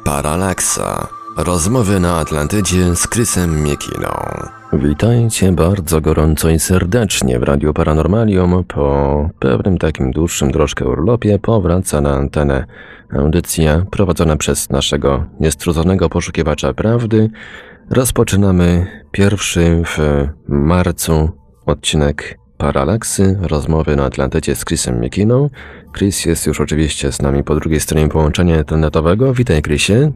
Paralaksa. Rozmowy na Atlantydzie z Chrisem Miekiną. Witajcie bardzo gorąco i serdecznie w Radiu Paranormalium. Po pewnym takim dłuższym troszkę urlopie powraca na antenę audycja prowadzona przez naszego niestrudzonego poszukiwacza prawdy. Rozpoczynamy pierwszy w marcu odcinek Paralaksy, rozmowy na Atlantydzie z Chrisem Miekiną. Chris jest już oczywiście z nami po drugiej stronie połączenia internetowego. Witaj, Chrisie.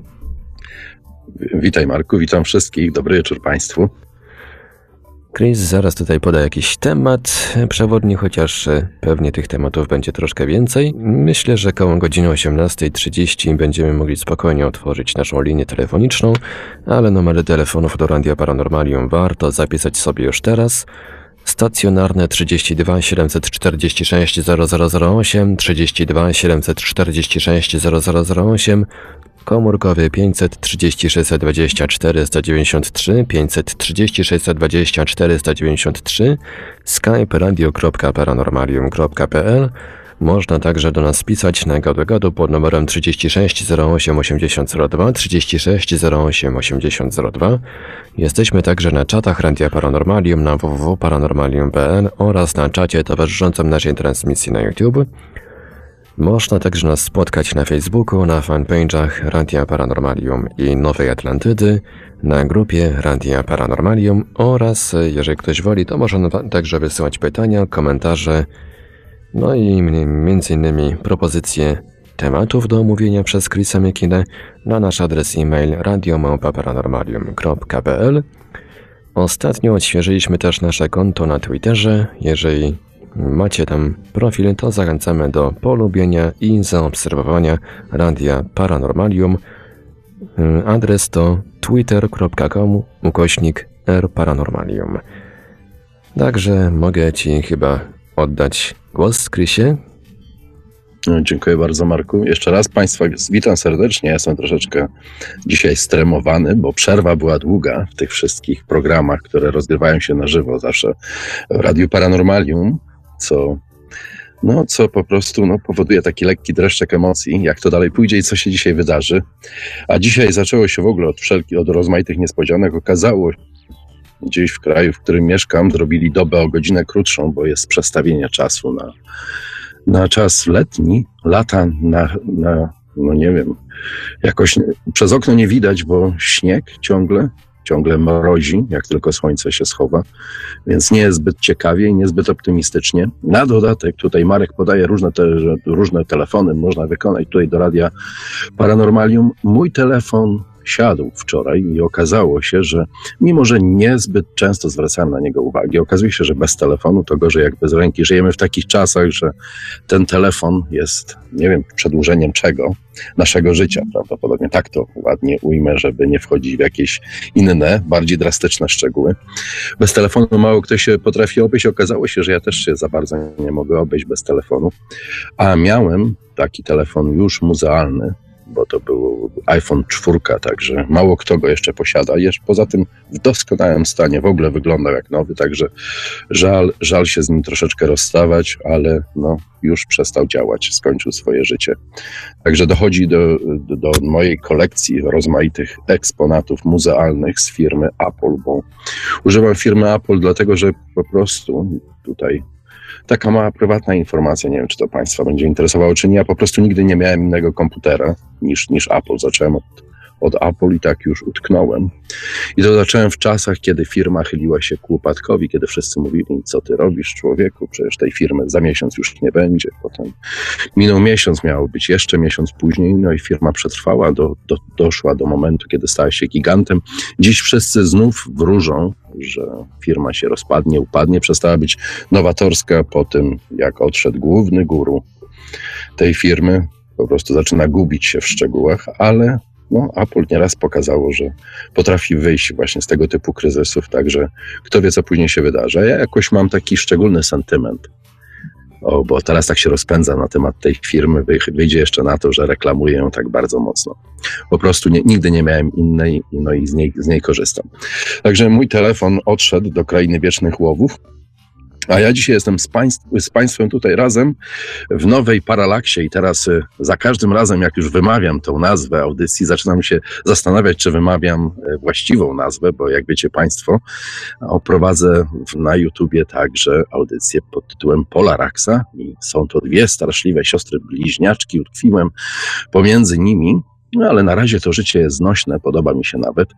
Witaj, Marku, witam wszystkich, dobry wieczór Państwu. Chris zaraz tutaj poda jakiś temat przewodni, chociaż pewnie tych tematów będzie troszkę więcej. Myślę, że koło godziny 18:30 będziemy mogli spokojnie otworzyć naszą linię telefoniczną, ale numery telefonów do Radia Paranormalium warto zapisać sobie już teraz. Stacjonarne 32 746 0008, 32 746 0008, komórkowy 530 624 193, 530 624 193, skype radio.paranormalium.pl. Można także do nas pisać na gadu pod numerem 36 08 8002, 36 08 8002. Jesteśmy także na czatach Radia Paranormalium na www.paranormalium.pl oraz na czacie towarzyszącym naszej transmisji na YouTube. Można także nas spotkać na Facebooku, na fanpage'ach Radia Paranormalium i Nowej Atlantydy, na grupie Radia Paranormalium oraz, jeżeli ktoś woli, to można także wysyłać pytania, komentarze, no i między innymi propozycje tematów do omówienia przez Chrisa Miekinę na nasz adres e-mail radio@paranormalium.pl. Ostatnio odświeżyliśmy też nasze konto na Twitterze. Jeżeli macie tam profil, to zachęcamy do polubienia i zaobserwowania Radia Paranormalium. Adres to twitter.com/rparanormalium. Także mogę Ci chyba oddać głos, Chrisie. Dziękuję bardzo, Marku. Jeszcze raz Państwa witam serdecznie. Jestem troszeczkę dzisiaj stremowany, bo przerwa była długa w tych wszystkich programach, które rozgrywają się na żywo zawsze w Radiu Paranormalium, co po prostu powoduje taki lekki dreszczek emocji, jak to dalej pójdzie i co się dzisiaj wydarzy. A dzisiaj zaczęło się w ogóle od rozmaitych niespodzianek. Okazało się, gdzieś w kraju, w którym mieszkam, zrobili dobę o godzinę krótszą, bo jest przestawienie czasu na czas letni, lata no nie wiem, jakoś przez okno nie widać, bo śnieg ciągle mrozi, jak tylko słońce się schowa, więc nie jest zbyt ciekawie i niezbyt optymistycznie. Na dodatek tutaj Marek podaje różne telefony, można wykonać tutaj do Radia Paranormalium. Mój telefon siadł wczoraj i okazało się, że mimo, że niezbyt często zwracałem na niego uwagi, okazuje się, że bez telefonu to gorzej jak bez ręki. Żyjemy w takich czasach, że ten telefon jest, nie wiem, przedłużeniem czego? Naszego życia, prawdopodobnie tak to ładnie ujmę, żeby nie wchodzić w jakieś inne, bardziej drastyczne szczegóły. Bez telefonu mało kto się potrafi obejść. Okazało się, że ja też się za bardzo nie mogę obejść bez telefonu, a miałem taki telefon już muzealny, bo to był iPhone 4, także mało kto go jeszcze posiada. Poza tym w doskonałym stanie, w ogóle wyglądał jak nowy, także żal się z nim troszeczkę rozstawać, ale już przestał działać, skończył swoje życie. Także dochodzi do mojej kolekcji rozmaitych eksponatów muzealnych z firmy Apple, bo używam firmy Apple dlatego, że po prostu tutaj taka mała prywatna informacja, nie wiem, czy to Państwa będzie interesowało, czy nie. Ja po prostu nigdy nie miałem innego komputera niż Apple. Zacząłem od Apple i tak już utknąłem. I to zacząłem w czasach, kiedy firma chyliła się ku upadkowi, kiedy wszyscy mówili, co ty robisz, człowieku, przecież tej firmy za miesiąc już nie będzie. Potem minął miesiąc, miało być jeszcze miesiąc później, i firma przetrwała, doszła do momentu, kiedy stała się gigantem. Dziś wszyscy znów wróżą, że firma się rozpadnie, upadnie, przestała być nowatorska po tym, jak odszedł główny guru tej firmy. Po prostu zaczyna gubić się w szczegółach, ale Apple nieraz pokazało, że potrafi wyjść właśnie z tego typu kryzysów, także kto wie, co później się wydarzy. A ja jakoś mam taki szczególny sentyment, bo teraz tak się rozpędzam na temat tej firmy, wyjdzie jeszcze na to, że reklamuję ją tak bardzo mocno. Po prostu nigdy nie miałem innej, i z niej korzystam. Także mój telefon odszedł do krainy wiecznych łowów A ja dzisiaj jestem z Państwem tutaj razem w nowej Paralaksie i teraz za każdym razem, jak już wymawiam tą nazwę audycji, zaczynam się zastanawiać, czy wymawiam właściwą nazwę, bo jak wiecie Państwo, prowadzę na YouTubie także audycję pod tytułem Polaraxa i są to dwie straszliwe siostry bliźniaczki, utkwiłem pomiędzy nimi, no ale na razie to życie jest znośne, podoba mi się nawet.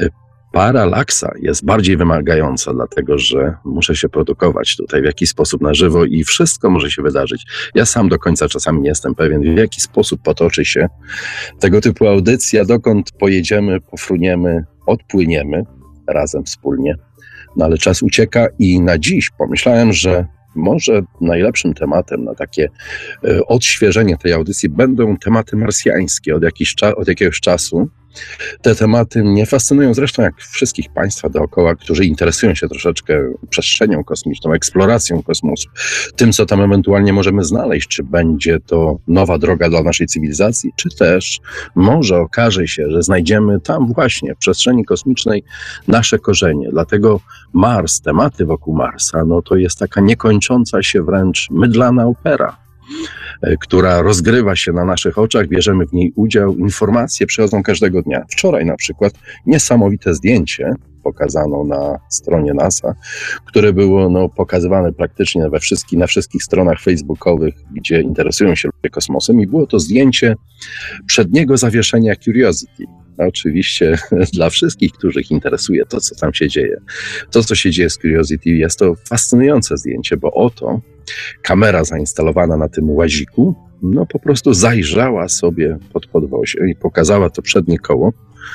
Paralaksa jest bardziej wymagająca, dlatego że muszę się produkować tutaj w jakiś sposób na żywo i wszystko może się wydarzyć. Ja sam do końca czasami nie jestem pewien, w jaki sposób potoczy się tego typu audycja, dokąd pojedziemy, pofruniemy, odpłyniemy razem wspólnie. No ale czas ucieka i na dziś pomyślałem, że może najlepszym tematem na takie odświeżenie tej audycji będą tematy marsjańskie od jakiegoś czasu. Te tematy mnie fascynują zresztą jak wszystkich Państwa dookoła, którzy interesują się troszeczkę przestrzenią kosmiczną, eksploracją kosmosu, tym, co tam ewentualnie możemy znaleźć, czy będzie to nowa droga dla naszej cywilizacji, czy też może okaże się, że znajdziemy tam właśnie w przestrzeni kosmicznej nasze korzenie. Dlatego Mars, tematy wokół Marsa, no to jest taka niekończąca się wręcz mydlana opera, która rozgrywa się na naszych oczach, bierzemy w niej udział, informacje przychodzą każdego dnia. Wczoraj na przykład niesamowite zdjęcie pokazano na stronie NASA, które było pokazywane praktycznie na wszystkich stronach facebookowych, gdzie interesują się ludzie kosmosem i było to zdjęcie przedniego zawieszenia Curiosity. Oczywiście dla wszystkich, których interesuje to, co tam się dzieje. To, co się dzieje z Curiosity, jest to fascynujące zdjęcie, bo oto kamera zainstalowana na tym łaziku, po prostu zajrzała sobie pod podwozie i pokazała to przednie koło.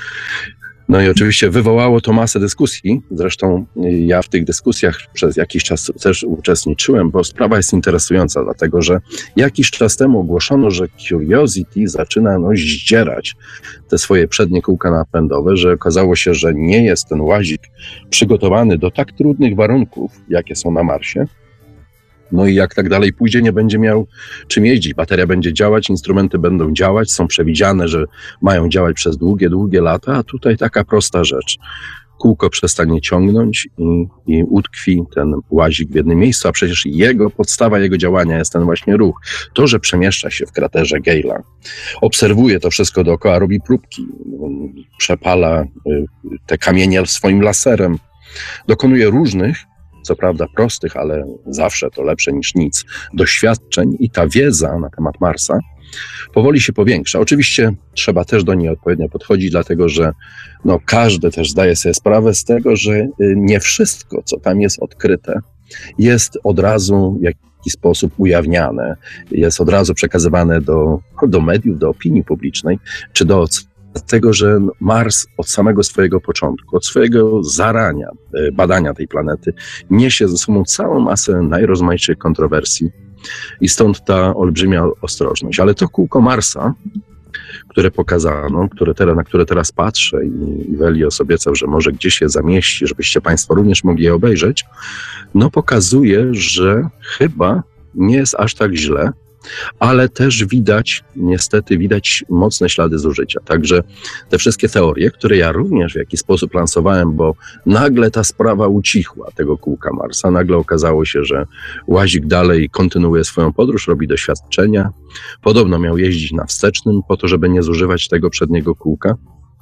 No i oczywiście wywołało to masę dyskusji. Zresztą ja w tych dyskusjach przez jakiś czas też uczestniczyłem, bo sprawa jest interesująca, dlatego że jakiś czas temu ogłoszono, że Curiosity zaczyna zdzierać te swoje przednie kółka napędowe, że okazało się, że nie jest ten łazik przygotowany do tak trudnych warunków, jakie są na Marsie. No i jak tak dalej pójdzie, nie będzie miał czym jeździć. Bateria będzie działać, instrumenty będą działać, są przewidziane, że mają działać przez długie, długie lata, a tutaj taka prosta rzecz. Kółko przestanie ciągnąć i utkwi ten łazik w jednym miejscu, a przecież podstawa jego działania jest ten właśnie ruch. To, że przemieszcza się w kraterze Gale'a, obserwuje to wszystko dookoła, robi próbki, przepala te kamienie swoim laserem, dokonuje różnych, co prawda prostych, ale zawsze to lepsze niż nic, doświadczeń i ta wiedza na temat Marsa powoli się powiększa. Oczywiście trzeba też do niej odpowiednio podchodzić, dlatego że każdy też zdaje sobie sprawę z tego, że nie wszystko, co tam jest odkryte, jest od razu w jakiś sposób ujawniane, jest od razu przekazywane do mediów, do opinii publicznej, czy do dlatego, że Mars od samego swojego początku, od swojego zarania badania tej planety niesie ze sobą całą masę najrozmaitszych kontrowersji i stąd ta olbrzymia ostrożność. Ale to kółko Marsa, które pokazano, na które teraz patrzę i Velios obiecał, że może gdzieś je zamieści, żebyście Państwo również mogli je obejrzeć, pokazuje, że chyba nie jest aż tak źle, ale też niestety widać mocne ślady zużycia. Także te wszystkie teorie, które ja również w jakiś sposób lansowałem, bo nagle ta sprawa ucichła tego kółka Marsa, nagle okazało się, że łazik dalej kontynuuje swoją podróż, robi doświadczenia. Podobno miał jeździć na wstecznym po to, żeby nie zużywać tego przedniego kółka.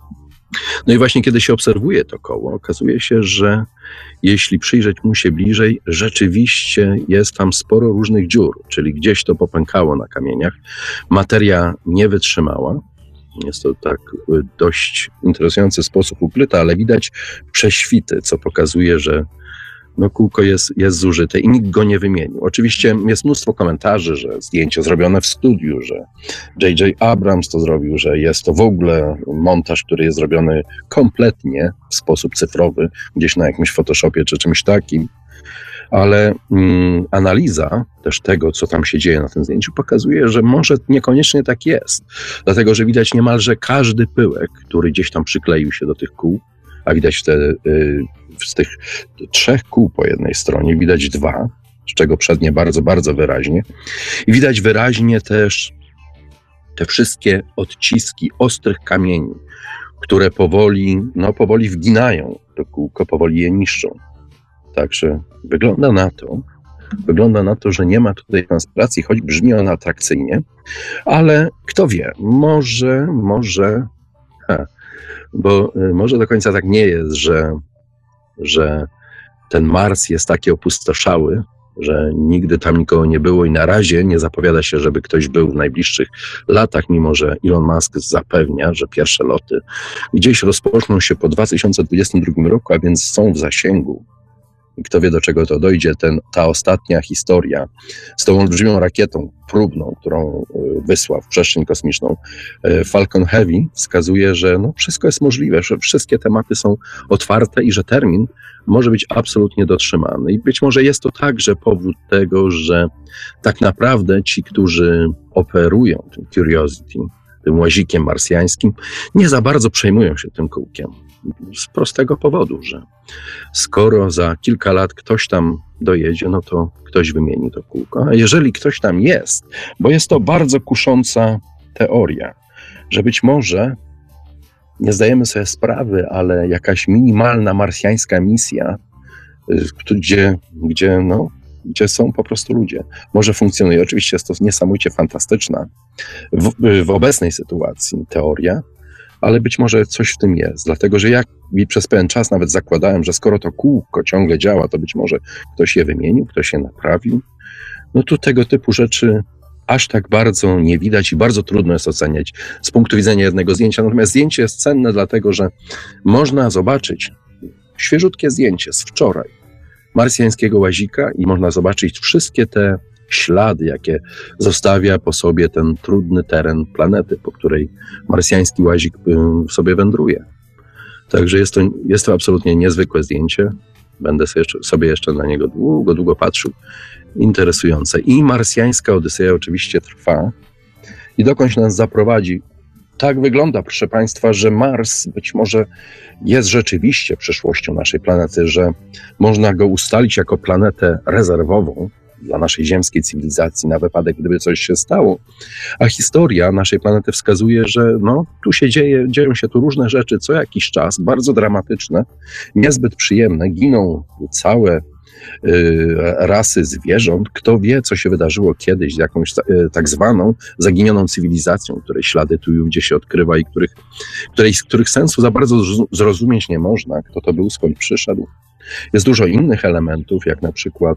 No i właśnie kiedy się obserwuje to koło, okazuje się, że jeśli przyjrzeć mu się bliżej, rzeczywiście jest tam sporo różnych dziur, czyli gdzieś to popękało na kamieniach, materia nie wytrzymała. Jest to tak dość interesujący sposób ukryte, ale widać prześwity, co pokazuje, że kółko jest zużyte i nikt go nie wymienił. Oczywiście jest mnóstwo komentarzy, że zdjęcie zrobione w studiu, że J.J. Abrams to zrobił, że jest to w ogóle montaż, który jest zrobiony kompletnie w sposób cyfrowy, gdzieś na jakimś Photoshopie czy czymś takim. Ale analiza też tego, co tam się dzieje na tym zdjęciu, pokazuje, że może niekoniecznie tak jest. Dlatego, że widać niemalże każdy pyłek, który gdzieś tam przykleił się do tych kół, a widać z tych 3 kół po jednej stronie, widać 2, z czego przednie bardzo, bardzo wyraźnie. I widać wyraźnie też te wszystkie odciski ostrych kamieni, które powoli wginają to kółko, powoli je niszczą. Także wygląda na to, Wygląda na to, że nie ma tutaj konspiracji, choć brzmi ona atrakcyjnie, ale kto wie, może do końca tak nie jest, że ten Mars jest taki opustoszały, że nigdy tam nikogo nie było i na razie nie zapowiada się, żeby ktoś był w najbliższych latach, mimo że Elon Musk zapewnia, że pierwsze loty gdzieś rozpoczną się po 2022 roku, a więc są w zasięgu. I kto wie, do czego to dojdzie, ta ostatnia historia z tą olbrzymią rakietą próbną, którą wysłał w przestrzeń kosmiczną Falcon Heavy, wskazuje, że wszystko jest możliwe, że wszystkie te mapy są otwarte i że termin może być absolutnie dotrzymany. I być może jest to także powód tego, że tak naprawdę ci, którzy operują tym Curiosity, tym łazikiem marsjańskim, nie za bardzo przejmują się tym kółkiem. Z prostego powodu, że skoro za kilka lat ktoś tam dojedzie, no to ktoś wymieni to kółko. A jeżeli ktoś tam jest, bo jest to bardzo kusząca teoria, że być może nie zdajemy sobie sprawy, ale jakaś minimalna marsjańska misja, gdzie są po prostu ludzie, może funkcjonuje. Oczywiście jest to niesamowicie fantastyczna w obecnej sytuacji teoria, ale być może coś w tym jest, dlatego że ja przez pewien czas nawet zakładałem, że skoro to kółko ciągle działa, to być może ktoś je wymienił, ktoś je naprawił. No tu tego typu rzeczy aż tak bardzo nie widać i bardzo trudno jest oceniać z punktu widzenia jednego zdjęcia. Natomiast zdjęcie jest cenne, dlatego że można zobaczyć świeżutkie zdjęcie z wczoraj marsjańskiego łazika i można zobaczyć wszystkie te ślady, jakie zostawia po sobie ten trudny teren planety, po której marsjański łazik sobie wędruje. Także jest to absolutnie niezwykłe zdjęcie. Będę sobie jeszcze na niego długo patrzył. Interesujące. I marsjańska Odyseja oczywiście trwa. I dokądś nas zaprowadzi. Tak wygląda, proszę Państwa, że Mars być może jest rzeczywiście przyszłością naszej planety, że można go ustalić jako planetę rezerwową dla naszej ziemskiej cywilizacji na wypadek, gdyby coś się stało. A historia naszej planety wskazuje, że tu się dzieją się tu różne rzeczy co jakiś czas, bardzo dramatyczne, niezbyt przyjemne, giną całe rasy zwierząt. Kto wie, co się wydarzyło kiedyś z jakąś tak zwaną zaginioną cywilizacją, której ślady tu i ówdzie się odkrywa i których sensu za bardzo zrozumieć nie można, kto to był, skąd przyszedł. Jest dużo innych elementów, jak na przykład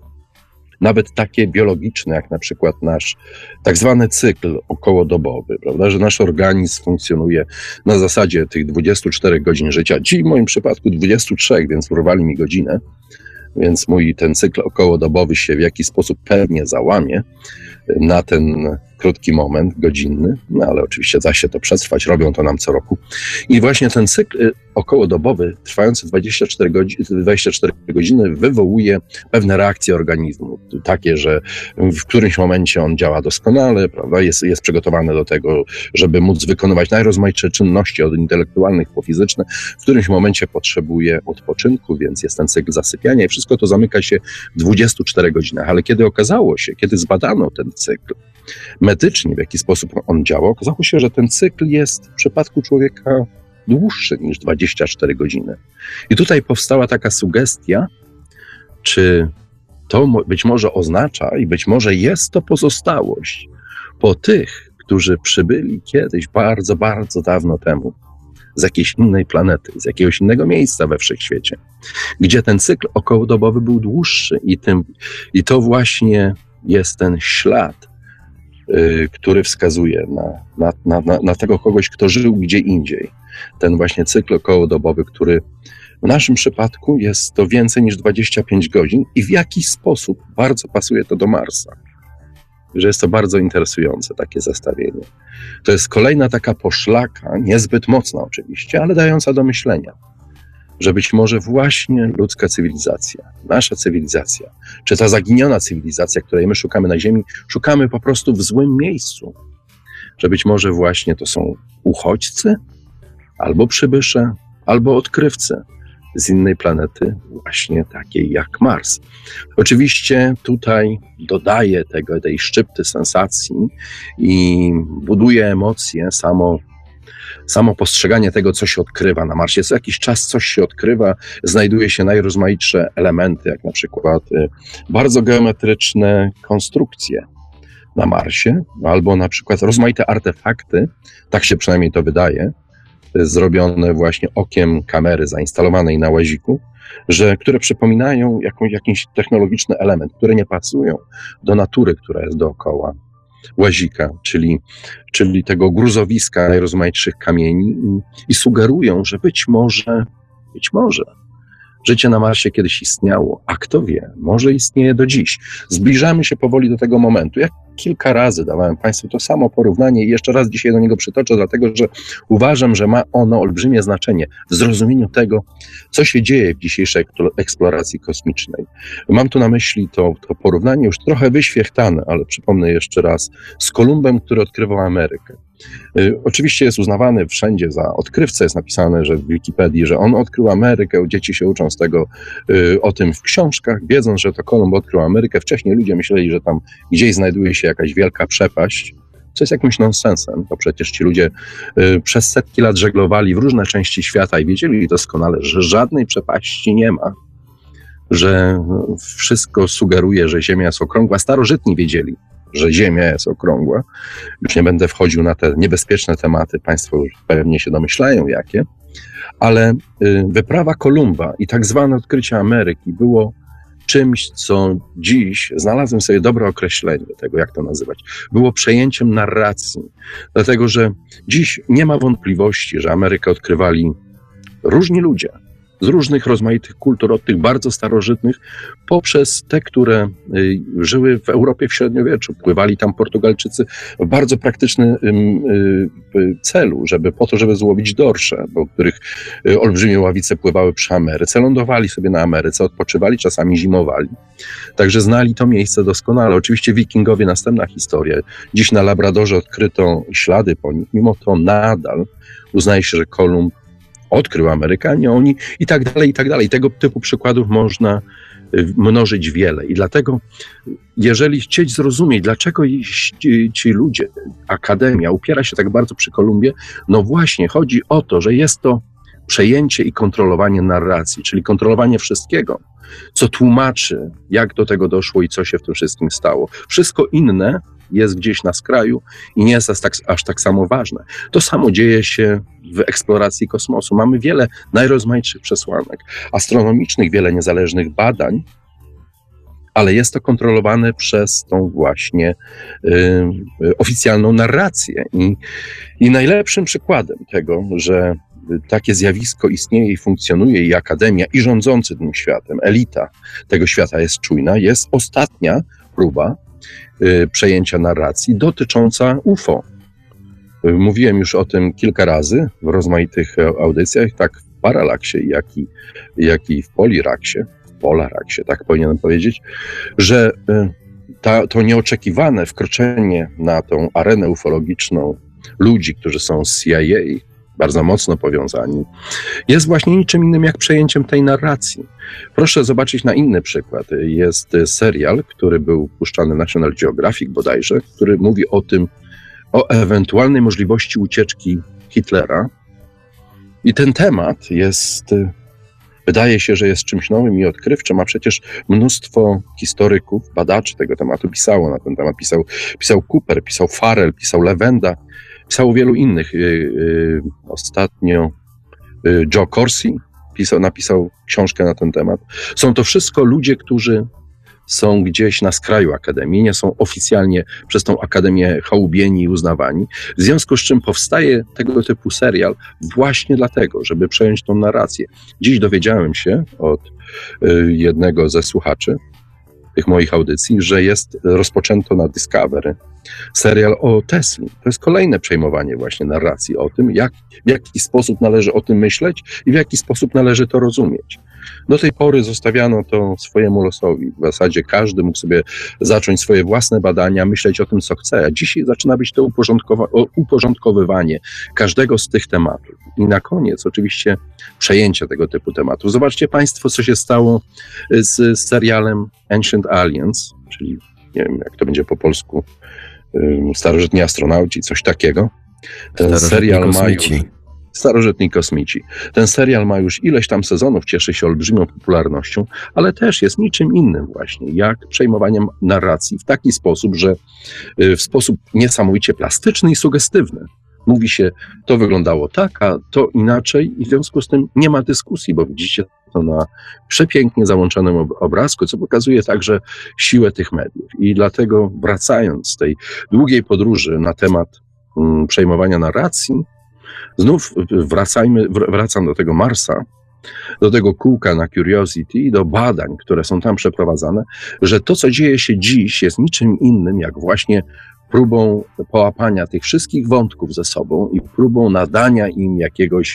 nawet takie biologiczne, jak na przykład nasz tak zwany cykl okołodobowy, prawda, że nasz organizm funkcjonuje na zasadzie tych 24 godzin życia. Dziś w moim przypadku 23, więc urwali mi godzinę, więc mój ten cykl okołodobowy się w jakiś sposób pewnie załamie na ten krótki moment, godzinny, ale oczywiście da się to przetrwać, robią to nam co roku. I właśnie ten cykl okołodobowy, trwający 24 godziny, wywołuje pewne reakcje organizmu. Takie, że w którymś momencie on działa doskonale, prawda? Jest przygotowany do tego, żeby móc wykonywać najrozmaitsze czynności, od intelektualnych po fizyczne. W którymś momencie potrzebuje odpoczynku, więc jest ten cykl zasypiania i wszystko to zamyka się w 24 godzinach. Ale kiedy zbadano ten cykl medycznie, w jaki sposób on działa, okazało się, że ten cykl jest w przypadku człowieka dłuższy niż 24 godziny. I tutaj powstała taka sugestia, czy to być może oznacza i być może jest to pozostałość po tych, którzy przybyli kiedyś bardzo, bardzo dawno temu z jakiejś innej planety, z jakiegoś innego miejsca we wszechświecie, gdzie ten cykl okołodobowy był dłuższy i to właśnie jest ten ślad, który wskazuje na tego kogoś, kto żył gdzie indziej. Ten właśnie cykl okołodobowy, który w naszym przypadku jest to więcej niż 25 godzin i w jakiś sposób bardzo pasuje to do Marsa. Że jest to bardzo interesujące takie zestawienie. To jest kolejna taka poszlaka, niezbyt mocna oczywiście, ale dająca do myślenia, że być może właśnie ludzka cywilizacja, nasza cywilizacja, czy ta zaginiona cywilizacja, której my szukamy na Ziemi, szukamy po prostu w złym miejscu. Że być może właśnie to są uchodźcy, albo przybysze, albo odkrywcy z innej planety, właśnie takiej jak Mars. Oczywiście tutaj dodaje tej szczypty sensacji i buduje emocje samo postrzeganie tego, co się odkrywa na Marsie. Co jakiś czas coś się odkrywa, znajduje się najrozmaitsze elementy, jak na przykład bardzo geometryczne konstrukcje na Marsie, albo na przykład rozmaite artefakty, tak się przynajmniej to wydaje, zrobione właśnie okiem kamery zainstalowanej na łaziku, które przypominają jakiś technologiczny element, które nie pasują do natury, która jest dookoła łazika, czyli tego gruzowiska najrozmaitszych kamieni i sugerują, że być może życie na Marsie kiedyś istniało, a kto wie, może istnieje do dziś. Zbliżamy się powoli do tego momentu. Ja kilka razy dawałem Państwu to samo porównanie i jeszcze raz dzisiaj do niego przytoczę, dlatego że uważam, że ma ono olbrzymie znaczenie w zrozumieniu tego, co się dzieje w dzisiejszej eksploracji kosmicznej. Mam tu na myśli to porównanie już trochę wyświechtane, ale przypomnę jeszcze raz, z Kolumbem, który odkrywał Amerykę. Oczywiście jest uznawany wszędzie za odkrywcę, jest napisane, że w Wikipedii, że on odkrył Amerykę, dzieci się uczą z tego, o tym w książkach, wiedząc, że to Kolumb odkrył Amerykę. Wcześniej ludzie myśleli, że tam gdzieś znajduje się jakaś wielka przepaść, co jest jakimś nonsensem, bo przecież ci ludzie przez setki lat żeglowali w różne części świata i wiedzieli doskonale, że żadnej przepaści nie ma, że wszystko sugeruje, że Ziemia jest okrągła. Starożytni wiedzieli, że Ziemia jest okrągła. Już nie będę wchodził na te niebezpieczne tematy, Państwo już pewnie się domyślają jakie, ale wyprawa Kolumba i tak zwane odkrycie Ameryki było czymś, co dziś, znalazłem sobie dobre określenie tego, jak to nazywać, było przejęciem narracji, dlatego że dziś nie ma wątpliwości, że Amerykę odkrywali różni ludzie, z różnych rozmaitych kultur, od tych bardzo starożytnych, poprzez te, które żyły w Europie w średniowieczu. Pływali tam Portugalczycy w bardzo praktycznym celu, żeby złowić dorsze, bo których olbrzymie ławice pływały przy Ameryce, lądowali sobie na Ameryce, odpoczywali, czasami zimowali. Także znali to miejsce doskonale. Oczywiście wikingowie, następna historia. Dziś na Labradorze odkryto ślady po nich, mimo to nadal uznaje się, że Kolumb odkrył Amerykanie, oni i tak dalej, i tak dalej. Tego typu przykładów można mnożyć wiele. I dlatego, jeżeli chcieć zrozumieć, dlaczego ci ludzie, akademia upiera się tak bardzo przy Kolumbie, no właśnie chodzi o to, że jest to przejęcie i kontrolowanie narracji, czyli kontrolowanie wszystkiego, co tłumaczy, jak do tego doszło i co się w tym wszystkim stało. Wszystko inne jest gdzieś na skraju i nie jest aż tak samo ważne. To samo dzieje się w eksploracji kosmosu. Mamy wiele najrozmaitszych przesłanek astronomicznych, wiele niezależnych badań, ale jest to kontrolowane przez tą właśnie oficjalną narrację. I najlepszym przykładem tego, że takie zjawisko istnieje i funkcjonuje i akademia, i rządzący tym światem, elita tego świata jest czujna, jest ostatnia próba przejęcia narracji dotycząca UFO. Mówiłem już o tym kilka razy w rozmaitych audycjach, tak w Paralaksie, jak i w Polaraksie, tak powinienem powiedzieć, że to nieoczekiwane wkroczenie na tą arenę ufologiczną ludzi, którzy są z CIA, bardzo mocno powiązani, jest właśnie niczym innym jak przejęciem tej narracji. Proszę zobaczyć na inny przykład. Jest serial, który był puszczany National Geographic bodajże, który mówi o ewentualnej możliwości ucieczki Hitlera. I ten temat wydaje się, że jest czymś nowym i odkrywczym, a przecież mnóstwo historyków, badaczy tego tematu pisało na ten temat. Pisał Cooper, pisał Farrell, pisał Lewenda, pisało wielu innych. Ostatnio Joe Corsi napisał książkę na ten temat. Są to wszystko ludzie, którzy są gdzieś na skraju akademii, nie są oficjalnie przez tą akademię hołubieni i uznawani. W związku z czym powstaje tego typu serial właśnie dlatego, żeby przejąć tą narrację. Dziś dowiedziałem się od jednego ze słuchaczy tych moich audycji, że rozpoczęto na Discovery serial o Tesli. To jest kolejne przejmowanie właśnie narracji o tym, w jaki sposób należy o tym myśleć i w jaki sposób należy to rozumieć. Do tej pory zostawiano to swojemu losowi. W zasadzie każdy mógł sobie zacząć swoje własne badania, myśleć o tym, co chce. A dzisiaj zaczyna być to uporządkowywanie każdego z tych tematów. I na koniec oczywiście przejęcie tego typu tematów. Zobaczcie Państwo, co się stało z serialem Ancient Aliens, czyli nie wiem, jak to będzie po polsku, starożytni astronauci, coś takiego. Ten serial ma kosmici. już... Starożytni kosmici. Ten serial ma już ileś tam sezonów, cieszy się olbrzymią popularnością, ale też jest niczym innym właśnie, jak przejmowaniem narracji w taki sposób, że w sposób niesamowicie plastyczny i sugestywny. Mówi się, to wyglądało tak, a to inaczej i w związku z tym nie ma dyskusji, bo widzicie to na przepięknie załączonym obrazku, co pokazuje także siłę tych mediów. I dlatego wracając z tej długiej podróży na temat przejmowania narracji, znów wracam do tego Marsa, do tego kółka na Curiosity i do badań, które są tam przeprowadzane, że to, co dzieje się dziś, jest niczym innym, jak właśnie próbą połapania tych wszystkich wątków ze sobą i próbą nadania im jakiegoś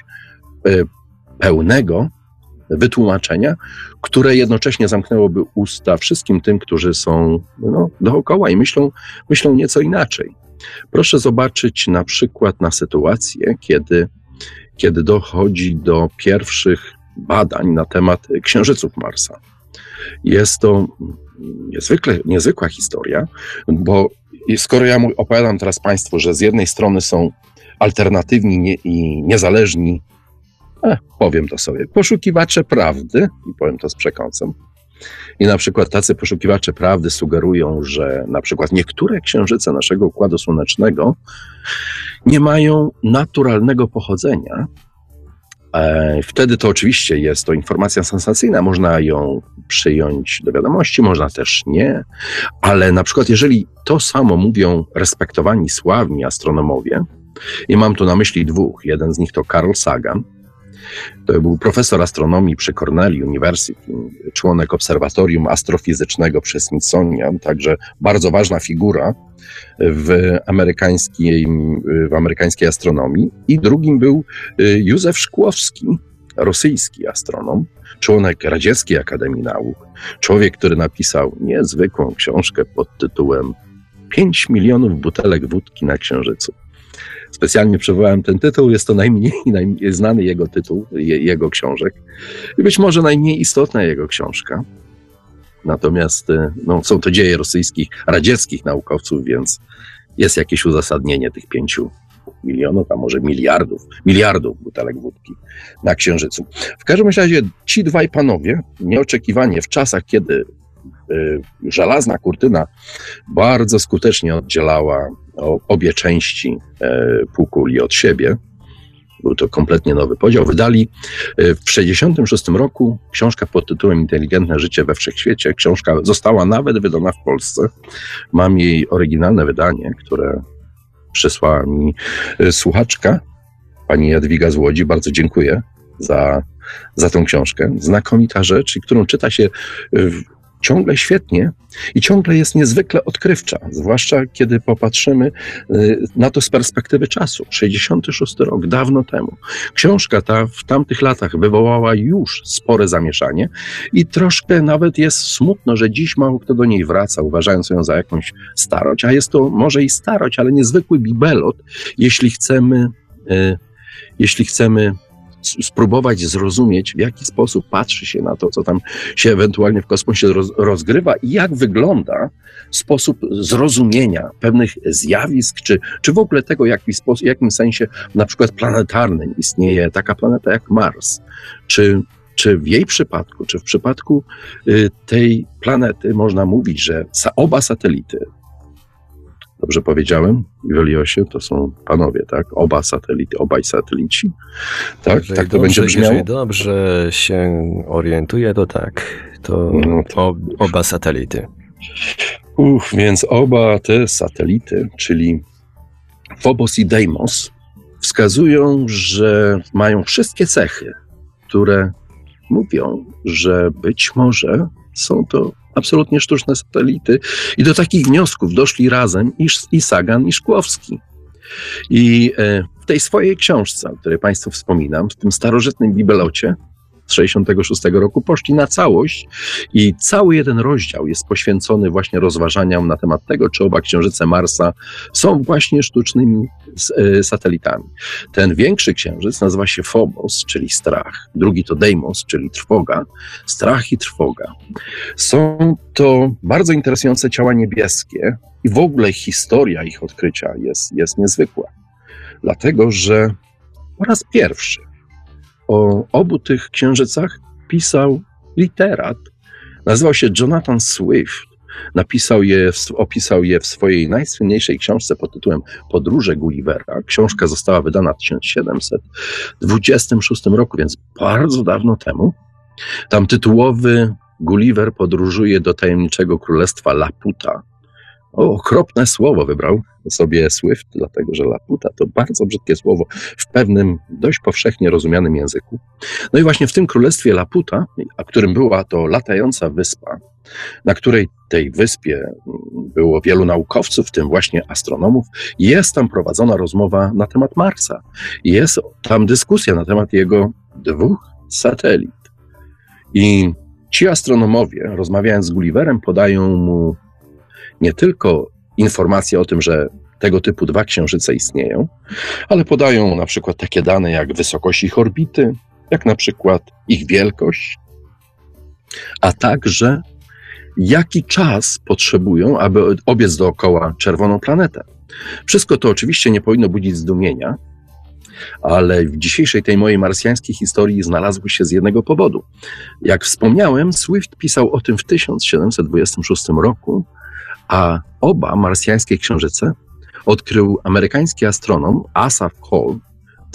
pełnego wytłumaczenia, które jednocześnie zamknęłoby usta wszystkim tym, którzy są dookoła i myślą nieco inaczej. Proszę zobaczyć na przykład na sytuację, kiedy dochodzi do pierwszych badań na temat księżyców Marsa. Jest to niezwykła historia, bo skoro ja opowiadam teraz Państwu, że z jednej strony są alternatywni i niezależni, powiem to sobie, poszukiwacze prawdy, i powiem to z przekąsem, i na przykład tacy poszukiwacze prawdy sugerują, że na przykład niektóre księżyce naszego Układu Słonecznego nie mają naturalnego pochodzenia. Wtedy to oczywiście jest to informacja sensacyjna, można ją przyjąć do wiadomości, można też nie, ale na przykład jeżeli to samo mówią respektowani, sławni astronomowie, i mam tu na myśli dwóch, jeden z nich to Carl Sagan, to był profesor astronomii przy Cornell University, członek obserwatorium astrofizycznego przy Smithsonian, także bardzo ważna figura w amerykańskiej astronomii. I drugim był Józef Szkłowski, rosyjski astronom, członek Radzieckiej Akademii Nauk, człowiek, który napisał niezwykłą książkę pod tytułem 5 milionów butelek wódki na Księżycu. Specjalnie przywołałem ten tytuł, jest to najmniej znany jego tytuł, jego książek i być może najmniej istotna jego książka. Natomiast są to dzieje radzieckich naukowców, więc jest jakieś uzasadnienie tych 5 milionów, a może miliardów butelek wódki na Księżycu. W każdym razie ci dwaj panowie nieoczekiwanie w czasach, kiedy żelazna kurtyna bardzo skutecznie oddzielała obie części półkuli od siebie, był to kompletnie nowy podział, wydali w 1966 roku książkę pod tytułem Inteligentne życie we wszechświecie. Książka została nawet wydana w Polsce. Mam jej oryginalne wydanie, które przysłała mi słuchaczka, pani Jadwiga z Łodzi. Bardzo dziękuję za tę książkę. Znakomita rzecz, którą czyta się ciągle świetnie i ciągle jest niezwykle odkrywcza, zwłaszcza kiedy popatrzymy na to z perspektywy czasu. 66 rok, dawno temu. Książka ta w tamtych latach wywołała już spore zamieszanie i troszkę nawet jest smutno, że dziś mało kto do niej wraca, uważając ją za jakąś starość, a jest to może i starość, ale niezwykły bibelot, jeśli chcemy spróbować zrozumieć, w jaki sposób patrzy się na to, co tam się ewentualnie w kosmosie rozgrywa i jak wygląda sposób zrozumienia pewnych zjawisk, czy w ogóle tego, w jakim sensie na przykład planetarnym istnieje taka planeta jak Mars, czy w jej przypadku, czy w przypadku tej planety można mówić, że oba satelity, dobrze powiedziałem, Iweliosie, to są panowie, tak? Obaj satelici. Tak, tak to będzie brzmiało? Jeżeli dobrze się orientuję, to tak. To oba satelity. Więc oba te satelity, czyli Phobos i Deimos, wskazują, że mają wszystkie cechy, które mówią, że być może są to absolutnie sztuczne satelity. I do takich wniosków doszli razem i Sagan, i Szkłowski. I w tej swojej książce, o której Państwu wspominam, w tym starożytnym bibelocie z 66 roku poszli na całość i cały jeden rozdział jest poświęcony właśnie rozważaniom na temat tego, czy oba księżyce Marsa są właśnie sztucznymi satelitami. Ten większy księżyc nazywa się Phobos, czyli strach. Drugi to Deimos, czyli trwoga. Strach i trwoga. Są to bardzo interesujące ciała niebieskie i w ogóle historia ich odkrycia jest niezwykła. Dlatego, że po raz pierwszy o obu tych księżycach pisał literat. Nazywał się Jonathan Swift. Opisał je w swojej najsłynniejszej książce pod tytułem Podróże Gullivera. Książka została wydana w 1726 roku, więc bardzo dawno temu. Tam tytułowy Gulliver podróżuje do tajemniczego królestwa Laputa. Okropne słowo wybrał sobie Swift, dlatego że Laputa to bardzo brzydkie słowo w pewnym dość powszechnie rozumianym języku. No i właśnie w tym królestwie Laputa, a którym była to latająca wyspa, na której tej wyspie było wielu naukowców, w tym właśnie astronomów, jest tam prowadzona rozmowa na temat Marsa. Jest tam dyskusja na temat jego 2 satelit. I ci astronomowie, rozmawiając z Gulliverem, podają mu nie tylko informacje o tym, że tego typu 2 księżyce istnieją, ale podają na przykład takie dane jak wysokość ich orbity, jak na przykład ich wielkość, a także jaki czas potrzebują, aby obiec dookoła czerwoną planetę. Wszystko to oczywiście nie powinno budzić zdumienia, ale w dzisiejszej tej mojej marsjańskiej historii znalazły się z jednego powodu. Jak wspomniałem, Swift pisał o tym w 1726 roku, a oba marsjańskie księżyce odkrył amerykański astronom Asaph Hall w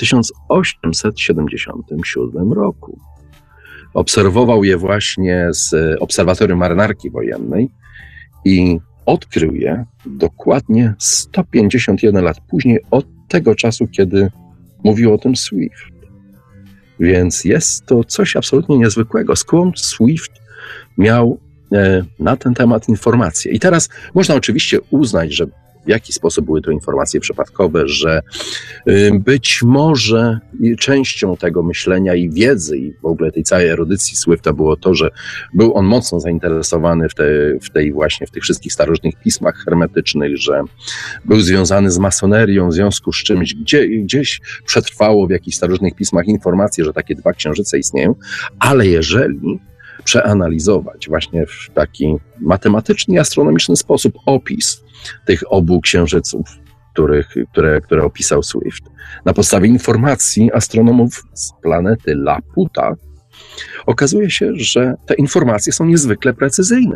1877 roku. Obserwował je właśnie z obserwatorium marynarki wojennej i odkrył je dokładnie 151 lat później od tego czasu, kiedy mówił o tym Swift. Więc jest to coś absolutnie niezwykłego. Skąd Swift miał na ten temat informacje? I teraz można oczywiście uznać, że w jaki sposób były to informacje przypadkowe, że być może częścią tego myślenia i wiedzy i w ogóle tej całej erudycji Swifta było to, że był on mocno zainteresowany w tych wszystkich starożytnych pismach hermetycznych, że był związany z masonerią, w związku z czymś gdzieś przetrwało w jakichś starożytnych pismach informacje, że takie 2 księżyce istnieją, ale jeżeli przeanalizować właśnie w taki matematyczny i astronomiczny sposób opis tych obu księżyców, które opisał Swift, na podstawie informacji astronomów z planety Laputa, okazuje się, że te informacje są niezwykle precyzyjne,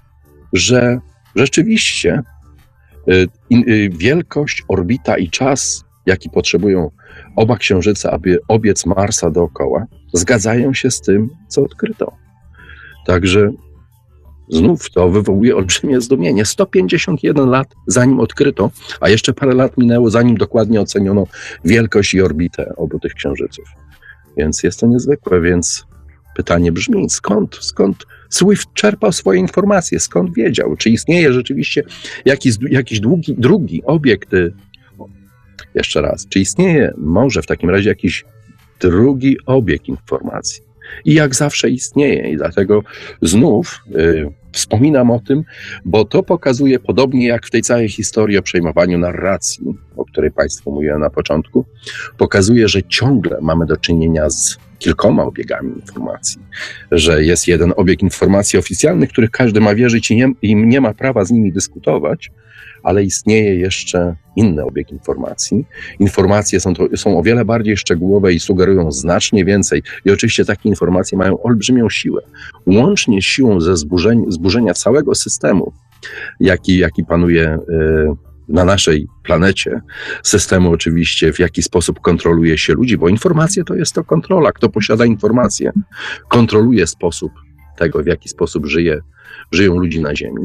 że rzeczywiście wielkość, orbita i czas, jaki potrzebują oba księżyce, aby obiec Marsa dookoła, zgadzają się z tym, co odkryto. Także znów to wywołuje olbrzymie zdumienie. 151 lat zanim odkryto, a jeszcze parę lat minęło, zanim dokładnie oceniono wielkość i orbitę obu tych księżyców. Więc jest to niezwykłe, więc pytanie brzmi, skąd Swift czerpał swoje informacje, skąd wiedział, czy istnieje rzeczywiście jakiś drugi obiekt, jeszcze raz, czy istnieje może w takim razie jakiś drugi obieg informacji. I jak zawsze istnieje i dlatego znów wspominam o tym, bo to pokazuje, podobnie jak w tej całej historii o przejmowaniu narracji, o której Państwu mówiłem na początku, pokazuje, że ciągle mamy do czynienia z kilkoma obiegami informacji, że jest jeden obieg informacji oficjalnych, których każdy ma wierzyć i nie ma prawa z nimi dyskutować, ale istnieje jeszcze inny obieg informacji. Informacje są o wiele bardziej szczegółowe i sugerują znacznie więcej. I oczywiście takie informacje mają olbrzymią siłę. Łącznie z siłą ze zburzenia całego systemu, jaki panuje na naszej planecie, systemu oczywiście, w jaki sposób kontroluje się ludzi, bo informacje to jest to kontrola. Kto posiada informacje, kontroluje sposób tego, w jaki sposób żyją ludzie na Ziemi.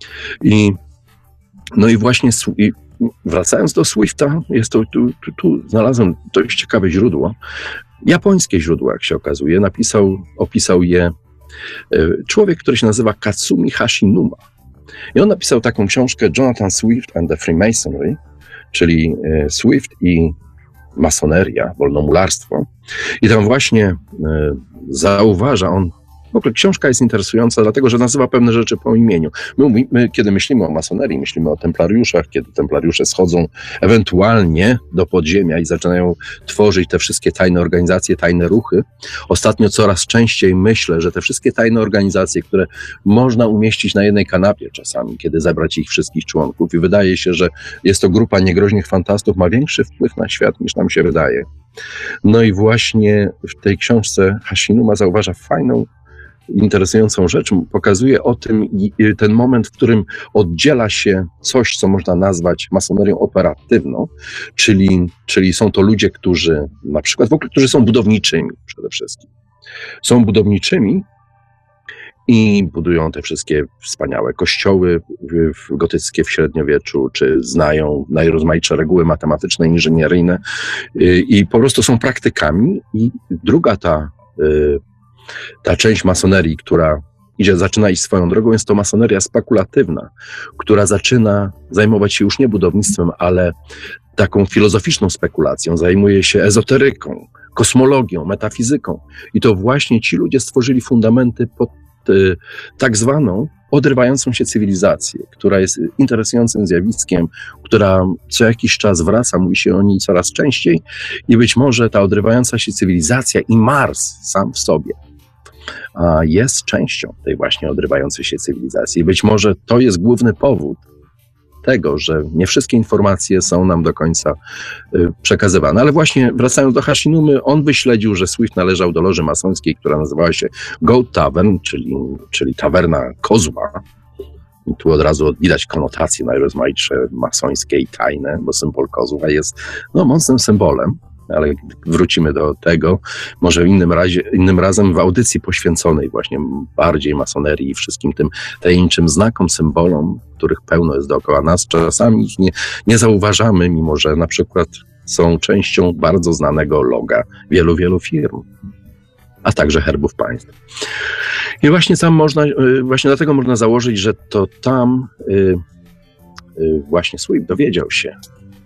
No i właśnie wracając do Swifta, tu znalazłem dość ciekawe źródło. Japońskie źródło, jak się okazuje, opisał je człowiek, który się nazywa Katsumi Hashinuma. I on napisał taką książkę Jonathan Swift and the Freemasonry, czyli Swift i masoneria, wolnomularstwo. I tam właśnie zauważa on W ogóle książka jest interesująca, dlatego że nazywa pewne rzeczy po imieniu. My, kiedy myślimy o masonerii, myślimy o templariuszach, kiedy templariusze schodzą ewentualnie do podziemia i zaczynają tworzyć te wszystkie tajne organizacje, tajne ruchy. Ostatnio coraz częściej myślę, że te wszystkie tajne organizacje, które można umieścić na jednej kanapie czasami, kiedy zebrać ich wszystkich członków i wydaje się, że jest to grupa niegroźnych fantastów, ma większy wpływ na świat niż nam się wydaje. No i właśnie w tej książce Hashinuma zauważa fajną, interesującą rzecz, pokazuje o tym ten moment, w którym oddziela się coś, co można nazwać masonerią operatywną, czyli są to ludzie, którzy na przykład w ogóle, którzy są budowniczymi przede wszystkim. Są budowniczymi i budują te wszystkie wspaniałe kościoły gotyckie w średniowieczu, czy znają najrozmaitsze reguły matematyczne, inżynieryjne i po prostu są praktykami. I druga ta część masonerii, która zaczyna iść swoją drogą, jest to masoneria spekulatywna, która zaczyna zajmować się już nie budownictwem, ale taką filozoficzną spekulacją, zajmuje się ezoteryką, kosmologią, metafizyką. I to właśnie ci ludzie stworzyli fundamenty pod tak zwaną odrywającą się cywilizację, która jest interesującym zjawiskiem, która co jakiś czas wraca, mówi się o niej coraz częściej i być może ta odrywająca się cywilizacja i Mars sam w sobie jest częścią tej właśnie odrywającej się cywilizacji. I być może to jest główny powód tego, że nie wszystkie informacje są nam do końca przekazywane. Ale właśnie wracając do Hashinumy, on wyśledził, że Swift należał do loży masońskiej, która nazywała się Goat Tavern, czyli tawerna kozła. I tu od razu widać konotacje najrozmaitsze masońskie i tajne, bo symbol kozła jest mocnym symbolem. Ale wrócimy do tego, może innym razem w audycji poświęconej właśnie bardziej masonerii i wszystkim tym tajemniczym znakom, symbolom, których pełno jest dookoła nas. Czasami ich nie zauważamy, mimo że na przykład są częścią bardzo znanego loga wielu firm, a także herbów państw. I właśnie właśnie dlatego można założyć, że to tam właśnie Swift dowiedział się,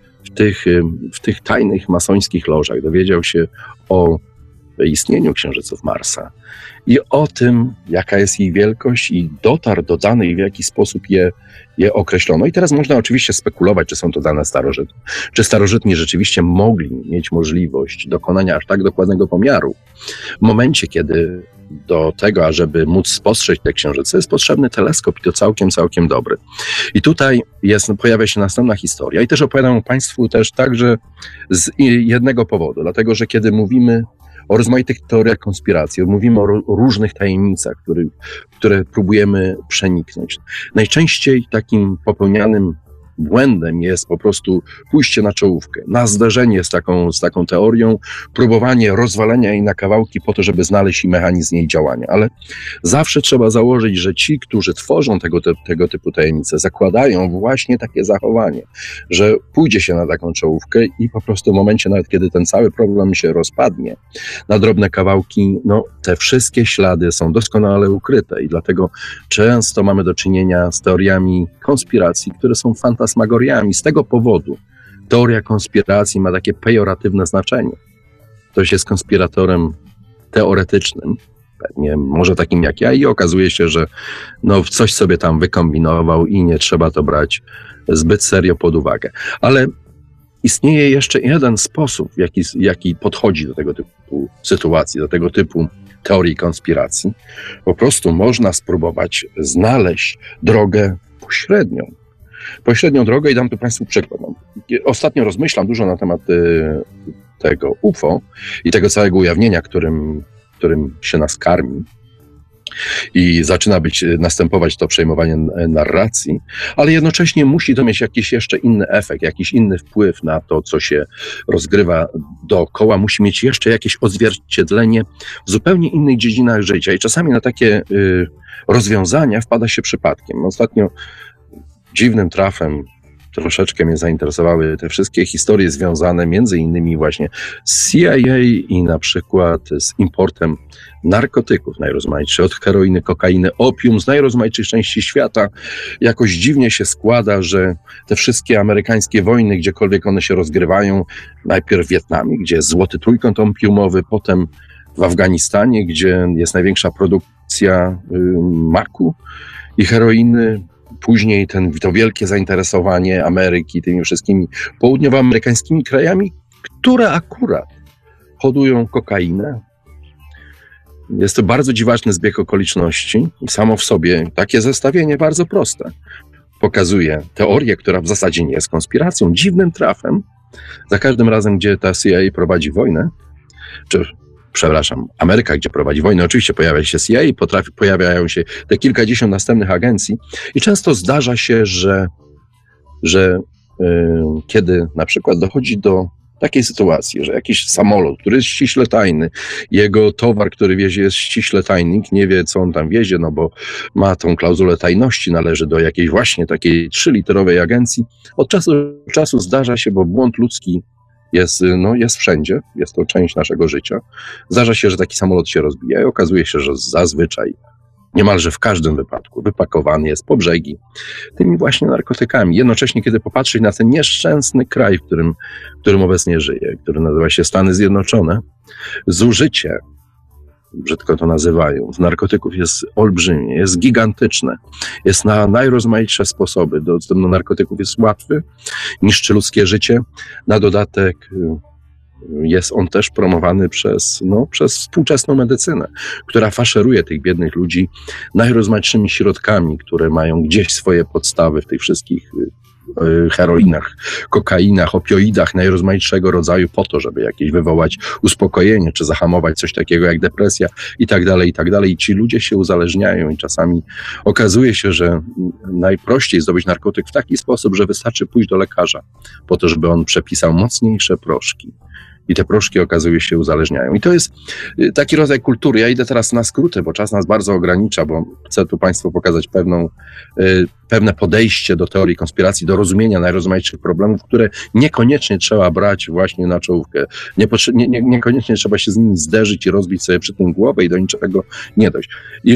w tych tajnych masońskich lożach dowiedział się o istnieniu księżyców Marsa i o tym, jaka jest ich wielkość i dotarł do danych, w jaki sposób je określono. I teraz można oczywiście spekulować, czy są to dane starożytne, czy starożytni rzeczywiście mogli mieć możliwość dokonania aż tak dokładnego pomiaru. W momencie, kiedy do tego, ażeby móc spostrzec te księżyce, jest potrzebny teleskop i to całkiem dobry. I tutaj pojawia się następna historia i też opowiadam Państwu też także z jednego powodu, dlatego że kiedy mówimy o rozmaitych teoriach konspiracji, mówimy o różnych tajemnicach, które próbujemy przeniknąć. Najczęściej takim popełnianym błędem jest po prostu pójście na czołówkę, na zderzenie z taką teorią, próbowanie rozwalenia jej na kawałki po to, żeby znaleźć mechanizm jej działania. Ale zawsze trzeba założyć, że ci, którzy tworzą tego typu tajemnice, zakładają właśnie takie zachowanie, że pójdzie się na taką czołówkę i po prostu w momencie, nawet kiedy ten cały problem się rozpadnie na drobne kawałki, te wszystkie ślady są doskonale ukryte i dlatego często mamy do czynienia z teoriami konspiracji, które są fantasmagoriami. Z tego powodu teoria konspiracji ma takie pejoratywne znaczenie. Ktoś jest konspiratorem teoretycznym, pewnie może takim jak ja i okazuje się, że coś sobie tam wykombinował i nie trzeba to brać zbyt serio pod uwagę. Ale istnieje jeszcze jeden sposób, w jaki podchodzi do tego typu sytuacji, do tego typu teorii konspiracji. Po prostu można spróbować znaleźć drogę pośrednią drogę i dam tu Państwu przykład. Ostatnio rozmyślam dużo na temat tego UFO i tego całego ujawnienia, którym się nas karmi i zaczyna następować to przejmowanie narracji, ale jednocześnie musi to mieć jakiś jeszcze inny efekt, jakiś inny wpływ na to, co się rozgrywa dookoła. Musi mieć jeszcze jakieś odzwierciedlenie w zupełnie innych dziedzinach życia i czasami na takie rozwiązania wpada się przypadkiem. Ostatnio dziwnym trafem troszeczkę mnie zainteresowały te wszystkie historie związane między innymi właśnie z CIA i na przykład z importem narkotyków najrozmaitszych, od heroiny, kokainy, opium z najrozmaitszych części świata. Jakoś dziwnie się składa, że te wszystkie amerykańskie wojny, gdziekolwiek one się rozgrywają, najpierw w Wietnamie, gdzie jest złoty trójkąt opiumowy, potem w Afganistanie, gdzie jest największa maku i heroiny, później to wielkie zainteresowanie Ameryki tymi wszystkimi południowoamerykańskimi krajami, które akurat hodują kokainę. Jest to bardzo dziwaczny zbieg okoliczności i samo w sobie takie zestawienie bardzo proste pokazuje teorię, która w zasadzie nie jest konspiracją, dziwnym trafem. Za każdym razem, gdzie ta CIA prowadzi wojnę, Ameryka, gdzie prowadzi wojnę, oczywiście pojawia się CIA, pojawiają się te kilkadziesiąt następnych agencji i często zdarza się, że kiedy na przykład dochodzi do takiej sytuacji, że jakiś samolot, który jest ściśle tajny, jego towar, który wiezie, jest ściśle tajny, nikt nie wie, co on tam wiezie, no bo ma tą klauzulę tajności, należy do jakiejś właśnie takiej 3-literowej agencji. Od czasu do czasu zdarza się, bo błąd ludzki jest wszędzie, jest to część naszego życia. Zdarza się, że taki samolot się rozbija i okazuje się, że zazwyczaj, niemalże w każdym wypadku, wypakowany jest po brzegi tymi właśnie narkotykami. Jednocześnie, kiedy popatrzeć na ten nieszczęsny kraj, w którym obecnie żyje, który nazywa się Stany Zjednoczone, zużycie, brzydko to nazywają, narkotyków jest olbrzymie, jest gigantyczne, jest na najrozmaitsze sposoby. Dostęp do narkotyków jest łatwy, niszczy ludzkie życie. Na dodatek jest on też promowany przez współczesną medycynę, która faszeruje tych biednych ludzi najrozmaitszymi środkami, które mają gdzieś swoje podstawy w tych wszystkich heroinach, kokainach, opioidach najrozmaitszego rodzaju po to, żeby jakieś wywołać uspokojenie, czy zahamować coś takiego jak depresja i tak dalej, i tak dalej. I ci ludzie się uzależniają i czasami okazuje się, że najprościej zdobyć narkotyk w taki sposób, że wystarczy pójść do lekarza po to, żeby on przepisał mocniejsze proszki. I te proszki okazuje się uzależniają. I to jest taki rodzaj kultury. Ja idę teraz na skróty, bo czas nas bardzo ogranicza, bo chcę tu Państwu pokazać pewne podejście do teorii konspiracji, do rozumienia najrozmaitszych problemów, które niekoniecznie trzeba brać właśnie na czołówkę. Niekoniecznie trzeba się z nimi zderzyć i rozbić sobie przy tym głowę i do niczego nie dojść.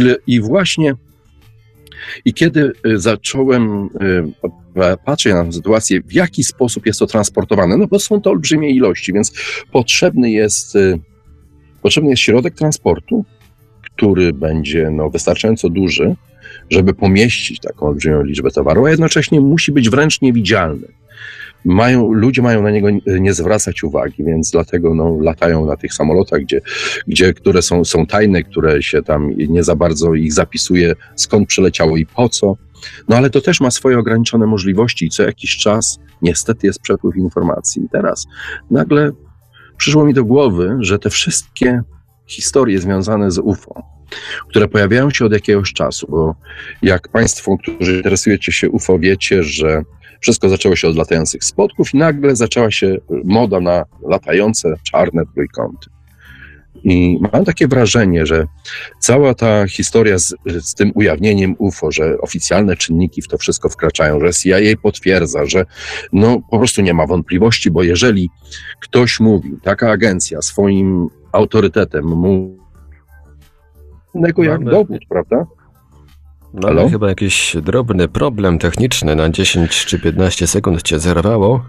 I kiedy zacząłem patrzeć na tę sytuację, w jaki sposób jest to transportowane, no bo są to olbrzymie ilości, więc potrzebny jest środek transportu, który będzie wystarczająco duży, żeby pomieścić taką olbrzymią liczbę towaru, a jednocześnie musi być wręcz niewidzialny. Ludzie mają na niego nie zwracać uwagi, więc dlatego latają na tych samolotach, które są tajne, które się tam nie za bardzo ich zapisuje, skąd przyleciało i po co. No ale to też ma swoje ograniczone możliwości i co jakiś czas niestety jest przepływ informacji. I teraz nagle przyszło mi do głowy, że te wszystkie historie związane z UFO, które pojawiają się od jakiegoś czasu, bo jak Państwo, którzy interesujecie się UFO, wiecie, że wszystko zaczęło się od latających spotków i nagle zaczęła się moda na latające czarne trójkąty. I mam takie wrażenie, że cała ta historia z tym ujawnieniem UFO, że oficjalne czynniki w to wszystko wkraczają, że CIA potwierdza, że po prostu nie ma wątpliwości, bo jeżeli ktoś mówi, taka agencja swoim autorytetem mówi jak dowód, prawda? Mamy chyba jakiś drobny problem techniczny, na 10 czy 15 sekund cię zerwało.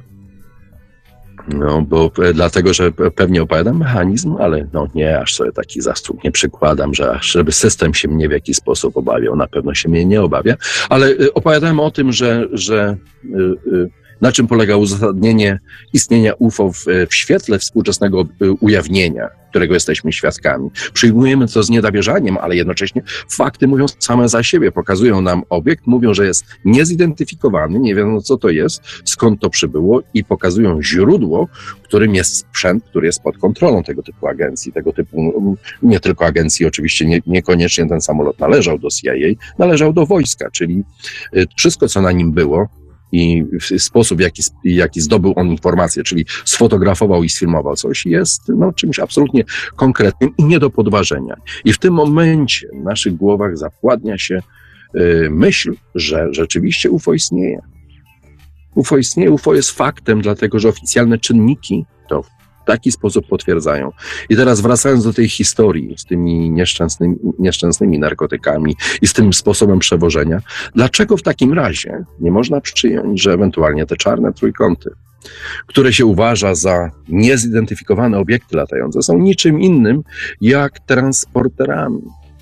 Bo dlatego, że pewnie opowiadam mechanizm, ale nie, aż sobie taki zasług nie przykładam, żeby system się mnie w jakiś sposób obawiał. Na pewno się mnie nie obawia, ale opowiadałem o tym, że na czym polega uzasadnienie istnienia UFO w świetle współczesnego ujawnienia, którego jesteśmy świadkami. Przyjmujemy to z niedowierzaniem, ale jednocześnie fakty mówią same za siebie. Pokazują nam obiekt, mówią, że jest niezidentyfikowany, nie wiadomo co to jest, skąd to przybyło i pokazują źródło, którym jest sprzęt, który jest pod kontrolą tego typu agencji, nie tylko agencji, oczywiście niekoniecznie ten samolot należał do CIA, należał do wojska, czyli wszystko, co na nim było, i sposób, w jaki zdobył on informację, czyli sfotografował i sfilmował coś, jest czymś absolutnie konkretnym i nie do podważenia. I w tym momencie w naszych głowach zapładnia się myśl, że rzeczywiście UFO istnieje. UFO istnieje, UFO jest faktem, dlatego że oficjalne czynniki to w taki sposób potwierdzają. I teraz wracając do tej historii z tymi nieszczęsnymi narkotykami i z tym sposobem przewożenia, dlaczego w takim razie nie można przyjąć, że ewentualnie te czarne trójkąty, które się uważa za niezidentyfikowane obiekty latające, są niczym innym jak transporterami.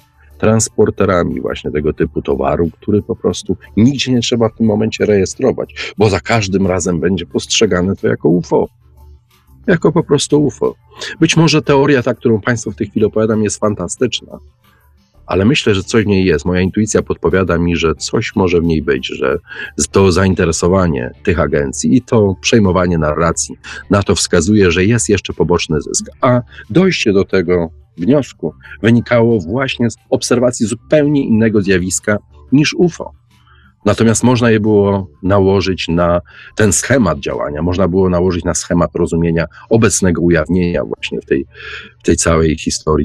transporterami właśnie tego typu towaru, który po prostu nigdzie nie trzeba w tym momencie rejestrować, bo za każdym razem będzie postrzegane to jako UFO. Jako po prostu UFO. Być może teoria ta, którą Państwu w tej chwili opowiadam, jest fantastyczna, ale myślę, że coś w niej jest. Moja intuicja podpowiada mi, że coś może w niej być, że to zainteresowanie tych agencji i to przejmowanie narracji na to wskazuje, że jest jeszcze poboczny zysk. A dojście do tego wniosku wynikało właśnie z obserwacji zupełnie innego zjawiska niż UFO. Natomiast można je było nałożyć na ten schemat działania, można było nałożyć na schemat rozumienia obecnego ujawnienia właśnie w tej całej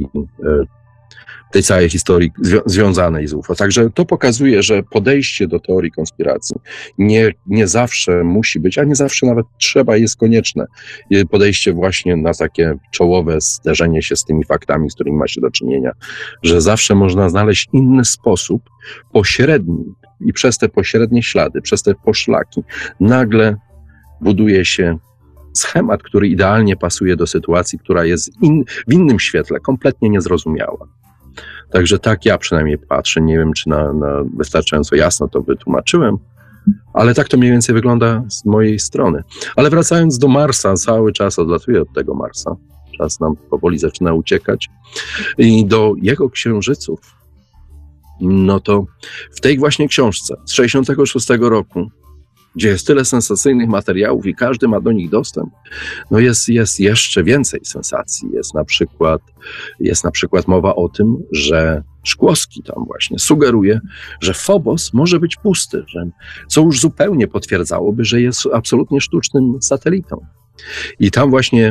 historii związanej z UFO. Także to pokazuje, że podejście do teorii konspiracji nie zawsze musi być, a nie zawsze nawet trzeba, jest konieczne. Podejście właśnie na takie czołowe zderzenie się z tymi faktami, z którymi ma się do czynienia, że zawsze można znaleźć inny sposób, pośredni, i przez te pośrednie ślady, przez te poszlaki nagle buduje się schemat, który idealnie pasuje do sytuacji, która jest w innym świetle, kompletnie niezrozumiała. Także tak ja przynajmniej patrzę. Nie wiem, czy na wystarczająco jasno to wytłumaczyłem, ale tak to mniej więcej wygląda z mojej strony. Ale wracając do Marsa, cały czas odlatuję od tego Marsa. Czas nam powoli zaczyna uciekać. I do jego księżyców, no to w tej właśnie książce z 1966 roku, gdzie jest tyle sensacyjnych materiałów i każdy ma do nich dostęp, no jest jeszcze więcej sensacji. Jest na przykład mowa o tym, że Szkłowski tam właśnie sugeruje, że Phobos może być pusty, co już zupełnie potwierdzałoby, że jest absolutnie sztucznym satelitą. I tam właśnie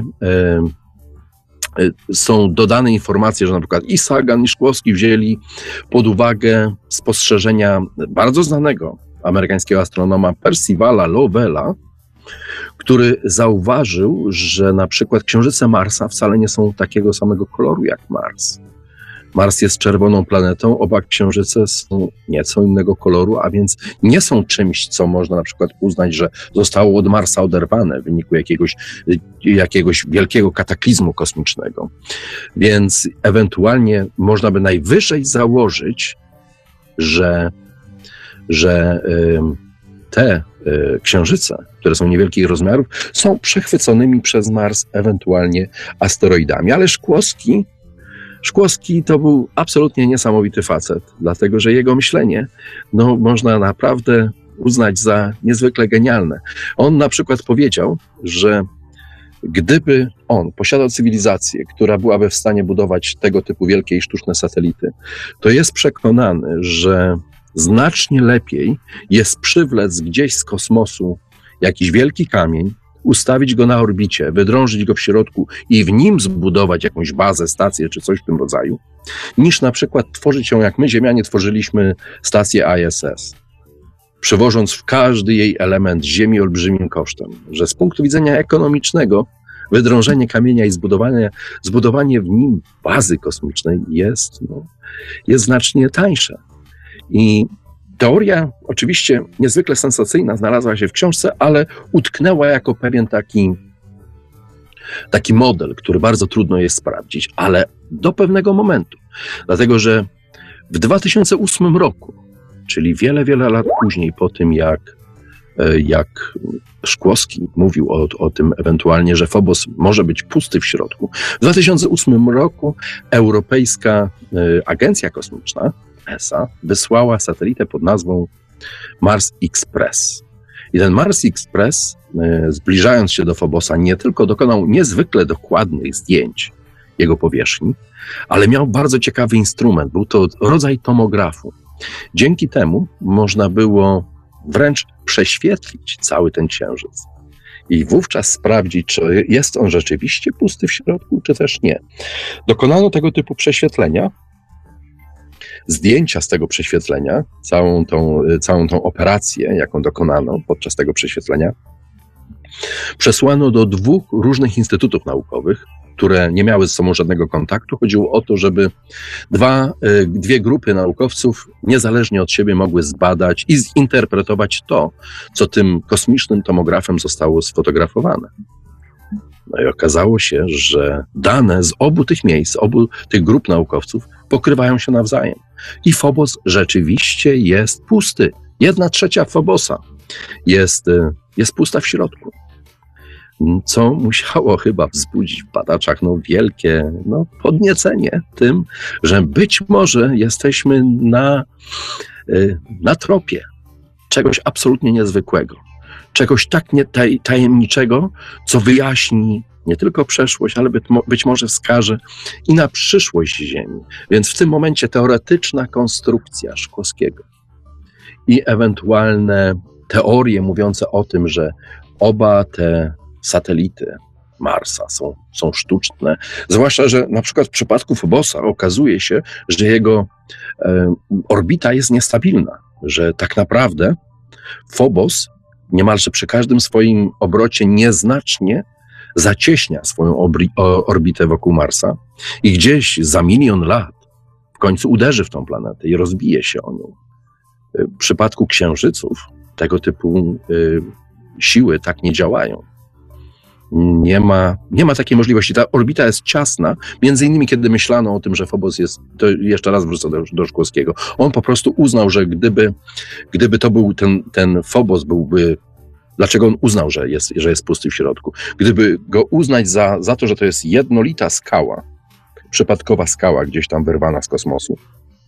są dodane informacje, że na przykład i Sagan, i Szkłowski wzięli pod uwagę spostrzeżenia bardzo znanego amerykańskiego astronoma Percivala Lowella, który zauważył, że na przykład księżyce Marsa wcale nie są takiego samego koloru jak Mars. Mars jest czerwoną planetą, oba księżyce są nieco innego koloru, a więc nie są czymś, co można na przykład uznać, że zostało od Marsa oderwane w wyniku jakiegoś wielkiego kataklizmu kosmicznego. Więc ewentualnie można by najwyżej założyć, że te księżyce, które są niewielkich rozmiarów, są przechwyconymi przez Mars ewentualnie asteroidami. Ale Szkłowski to był absolutnie niesamowity facet, dlatego że jego myślenie można naprawdę uznać za niezwykle genialne. On na przykład powiedział, że gdyby on posiadał cywilizację, która byłaby w stanie budować tego typu wielkie i sztuczne satelity, to jest przekonany, że znacznie lepiej jest przywlec gdzieś z kosmosu jakiś wielki kamień, ustawić go na orbicie, wydrążyć go w środku i w nim zbudować jakąś bazę, stację czy coś w tym rodzaju, niż na przykład tworzyć ją, jak my Ziemianie tworzyliśmy stację ISS, przywożąc w każdy jej element z Ziemi olbrzymim kosztem, że z punktu widzenia ekonomicznego wydrążenie kamienia i zbudowanie w nim bazy kosmicznej jest znacznie tańsze. I teoria oczywiście niezwykle sensacyjna znalazła się w książce, ale utknęła jako pewien taki model, który bardzo trudno jest sprawdzić, ale do pewnego momentu. Dlatego, że w 2008 roku, czyli wiele, wiele lat później, po tym jak Szkłowski mówił o tym ewentualnie, że Phobos może być pusty w środku, w 2008 roku Europejska Agencja Kosmiczna, ESA, wysłała satelitę pod nazwą Mars Express. I ten Mars Express, zbliżając się do Phobosa, nie tylko dokonał niezwykle dokładnych zdjęć jego powierzchni, ale miał bardzo ciekawy instrument. Był to rodzaj tomografu. Dzięki temu można było wręcz prześwietlić cały ten księżyc i wówczas sprawdzić, czy jest on rzeczywiście pusty w środku, czy też nie. Dokonano tego typu prześwietlenia. Zdjęcia z tego prześwietlenia, całą tą operację, jaką dokonano podczas tego prześwietlenia, przesłano do 2 różnych instytutów naukowych, które nie miały ze sobą żadnego kontaktu. Chodziło o to, żeby dwie grupy naukowców niezależnie od siebie mogły zbadać i zinterpretować to, co tym kosmicznym tomografem zostało sfotografowane. No i okazało się, że dane z obu tych miejsc, obu tych grup naukowców pokrywają się nawzajem. I Phobos rzeczywiście jest pusty. 1/3 Phobosa jest pusta w środku. Co musiało chyba wzbudzić w badaczach wielkie podniecenie tym, że być może jesteśmy na tropie czegoś absolutnie niezwykłego. Czegoś tak tajemniczego, co wyjaśni nie tylko przeszłość, ale być może wskaże i na przyszłość Ziemi. Więc w tym momencie teoretyczna konstrukcja Szkłowskiego i ewentualne teorie mówiące o tym, że oba te satelity Marsa są sztuczne, zwłaszcza, że na przykład w przypadku Phobosa okazuje się, że jego orbita jest niestabilna, że tak naprawdę Phobos niemalże przy każdym swoim obrocie nieznacznie zacieśnia swoją orbitę wokół Marsa i gdzieś za 1 000 000 lat w końcu uderzy w tą planetę i rozbije się o nią. W przypadku księżyców tego typu siły tak nie działają. Nie ma takiej możliwości. Ta orbita jest ciasna, między innymi kiedy myślano o tym, że Phobos jest, to jeszcze raz wrócę do Szkłowskiego, on po prostu uznał, że gdyby to był ten Phobos byłby, dlaczego on uznał, że jest pusty w środku? Gdyby go uznać za to, że to jest jednolita skała, przypadkowa skała gdzieś tam wyrwana z kosmosu,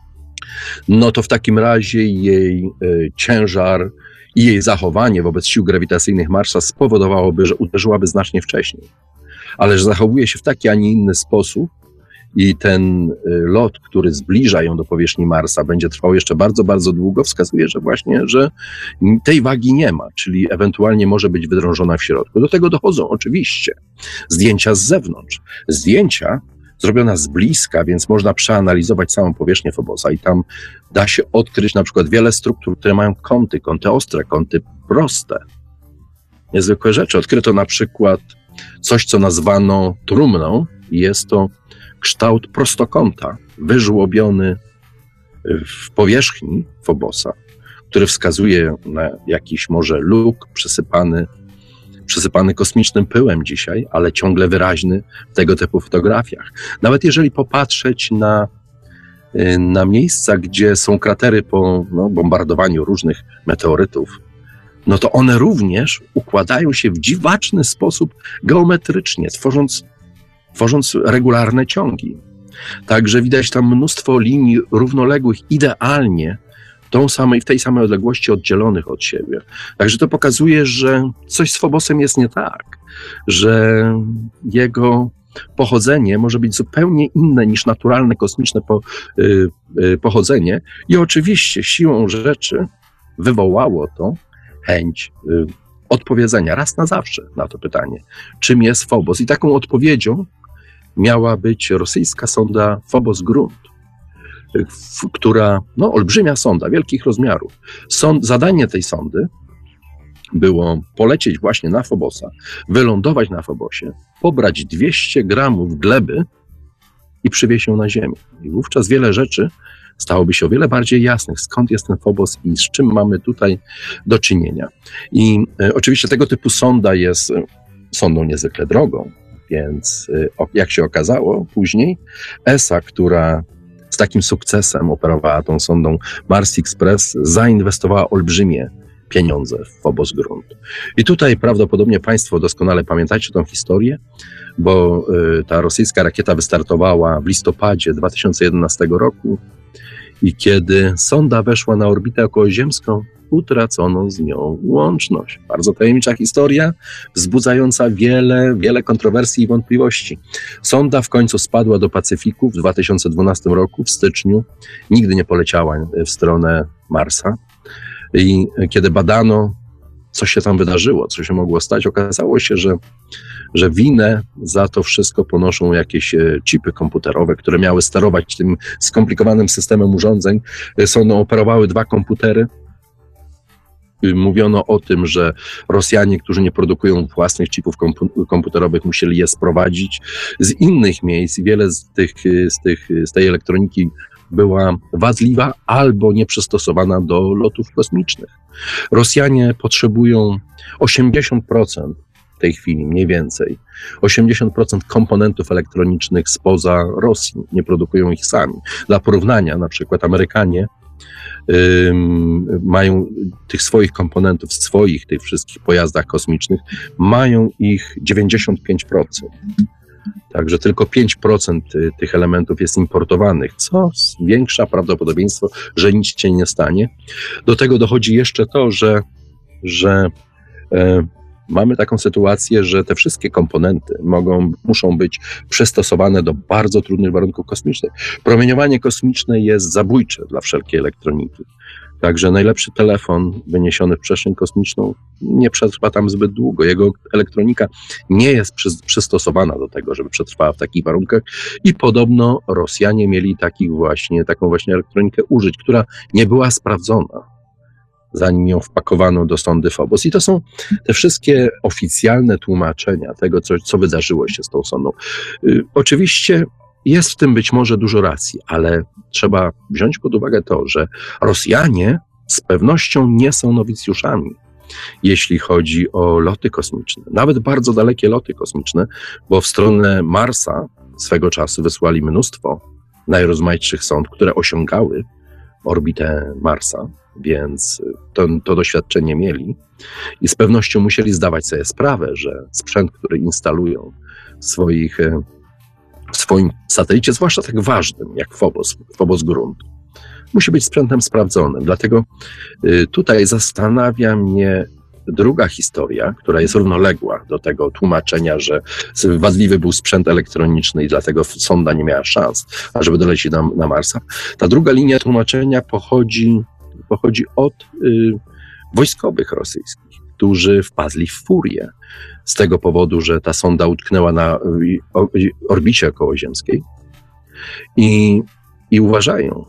no to w takim razie jej ciężar i jej zachowanie wobec sił grawitacyjnych Marsa spowodowałoby, że uderzyłaby znacznie wcześniej. Ale że zachowuje się w taki, a nie inny sposób i ten lot, który zbliża ją do powierzchni Marsa, będzie trwał jeszcze bardzo, bardzo długo, wskazuje, że właśnie, że tej wagi nie ma, czyli ewentualnie może być wydrążona w środku. Do tego dochodzą oczywiście zdjęcia z zewnątrz. Zdjęcia zrobiona z bliska, więc można przeanalizować całą powierzchnię Phobosa i tam da się odkryć na przykład wiele struktur, które mają kąty ostre, kąty proste. Niezwykłe rzeczy. Odkryto na przykład coś, co nazwano trumną i jest to kształt prostokąta wyżłobiony w powierzchni Phobosa, który wskazuje na jakiś może luk przysypany kosmicznym pyłem dzisiaj, ale ciągle wyraźny w tego typu fotografiach. Nawet jeżeli popatrzeć na miejsca, gdzie są kratery po bombardowaniu różnych meteorytów, no to one również układają się w dziwaczny sposób geometrycznie, tworząc regularne ciągi. Także widać tam mnóstwo linii równoległych, idealnie w tej samej odległości oddzielonych od siebie. Także to pokazuje, że coś z Phobosem jest nie tak, że jego pochodzenie może być zupełnie inne niż naturalne kosmiczne pochodzenie i oczywiście siłą rzeczy wywołało to chęć odpowiedzenia raz na zawsze na to pytanie, czym jest Phobos. I taką odpowiedzią miała być rosyjska sonda Phobos-Grunt, która, olbrzymia sonda, wielkich rozmiarów. Zadanie tej sondy było polecieć właśnie na Phobosa, wylądować na Phobosie, pobrać 200 gramów gleby i przywieźć ją na Ziemię. I wówczas wiele rzeczy stałoby się o wiele bardziej jasnych, skąd jest ten Phobos i z czym mamy tutaj do czynienia. I oczywiście tego typu sonda jest sondą niezwykle drogą, więc jak się okazało później, ESA, która z takim sukcesem operowała tą sondą Mars Express, zainwestowała olbrzymie pieniądze w Phobos-Grunt. I tutaj prawdopodobnie Państwo doskonale pamiętacie tą historię, bo ta rosyjska rakieta wystartowała w listopadzie 2011 roku i kiedy sonda weszła na orbitę okołoziemską, utracono z nią łączność. Bardzo tajemnicza historia, wzbudzająca wiele kontrowersji i wątpliwości. Sonda w końcu spadła do Pacyfiku w 2012 roku, w styczniu. Nigdy nie poleciała w stronę Marsa. I kiedy badano, co się tam wydarzyło, co się mogło stać, okazało się, że winę za to wszystko ponoszą jakieś chipy komputerowe, które miały sterować tym skomplikowanym systemem urządzeń. Sondą operowały 2 komputery. Mówiono o tym, że Rosjanie, którzy nie produkują własnych chipów komputerowych, musieli je sprowadzić z innych miejsc i wiele z tej elektroniki była wadliwa albo nieprzystosowana do lotów kosmicznych. Rosjanie potrzebują 80% w tej chwili mniej więcej 80% komponentów elektronicznych spoza Rosji, nie produkują ich sami. Dla porównania, na przykład Amerykanie mają tych swoich komponentów, tych wszystkich pojazdach kosmicznych, mają ich 95%. Także tylko 5% tych elementów jest importowanych, co zwiększa prawdopodobieństwo, że nic się nie stanie. Do tego dochodzi jeszcze to, że mamy taką sytuację, że te wszystkie komponenty muszą być przystosowane do bardzo trudnych warunków kosmicznych. Promieniowanie kosmiczne jest zabójcze dla wszelkiej elektroniki. Także najlepszy telefon wyniesiony w przestrzeń kosmiczną nie przetrwa tam zbyt długo. Jego elektronika nie jest przystosowana do tego, żeby przetrwała w takich warunkach i podobno Rosjanie mieli taką właśnie elektronikę użyć, która nie była sprawdzona, zanim ją wpakowano do sondy Phobos. I to są te wszystkie oficjalne tłumaczenia tego, co wydarzyło się z tą sondą. Oczywiście jest w tym być może dużo racji, ale trzeba wziąć pod uwagę to, że Rosjanie z pewnością nie są nowicjuszami, jeśli chodzi o loty kosmiczne. Nawet bardzo dalekie loty kosmiczne, bo w stronę Marsa swego czasu wysłali mnóstwo najrozmaitszych sond, które osiągały orbitę Marsa, więc to doświadczenie mieli i z pewnością musieli zdawać sobie sprawę, że sprzęt, który instalują w swoim satelicie, zwłaszcza tak ważnym jak Phobos Grunt, musi być sprzętem sprawdzonym. Dlatego tutaj zastanawia mnie druga historia, która jest równoległa do tego tłumaczenia, że wadliwy był sprzęt elektroniczny i dlatego sonda nie miała szans, ażeby dolecieć na Marsa. Ta druga linia tłumaczenia pochodzi od wojskowych rosyjskich, którzy wpadli w furię z tego powodu, że ta sonda utknęła na orbicie okołoziemskiej i uważają,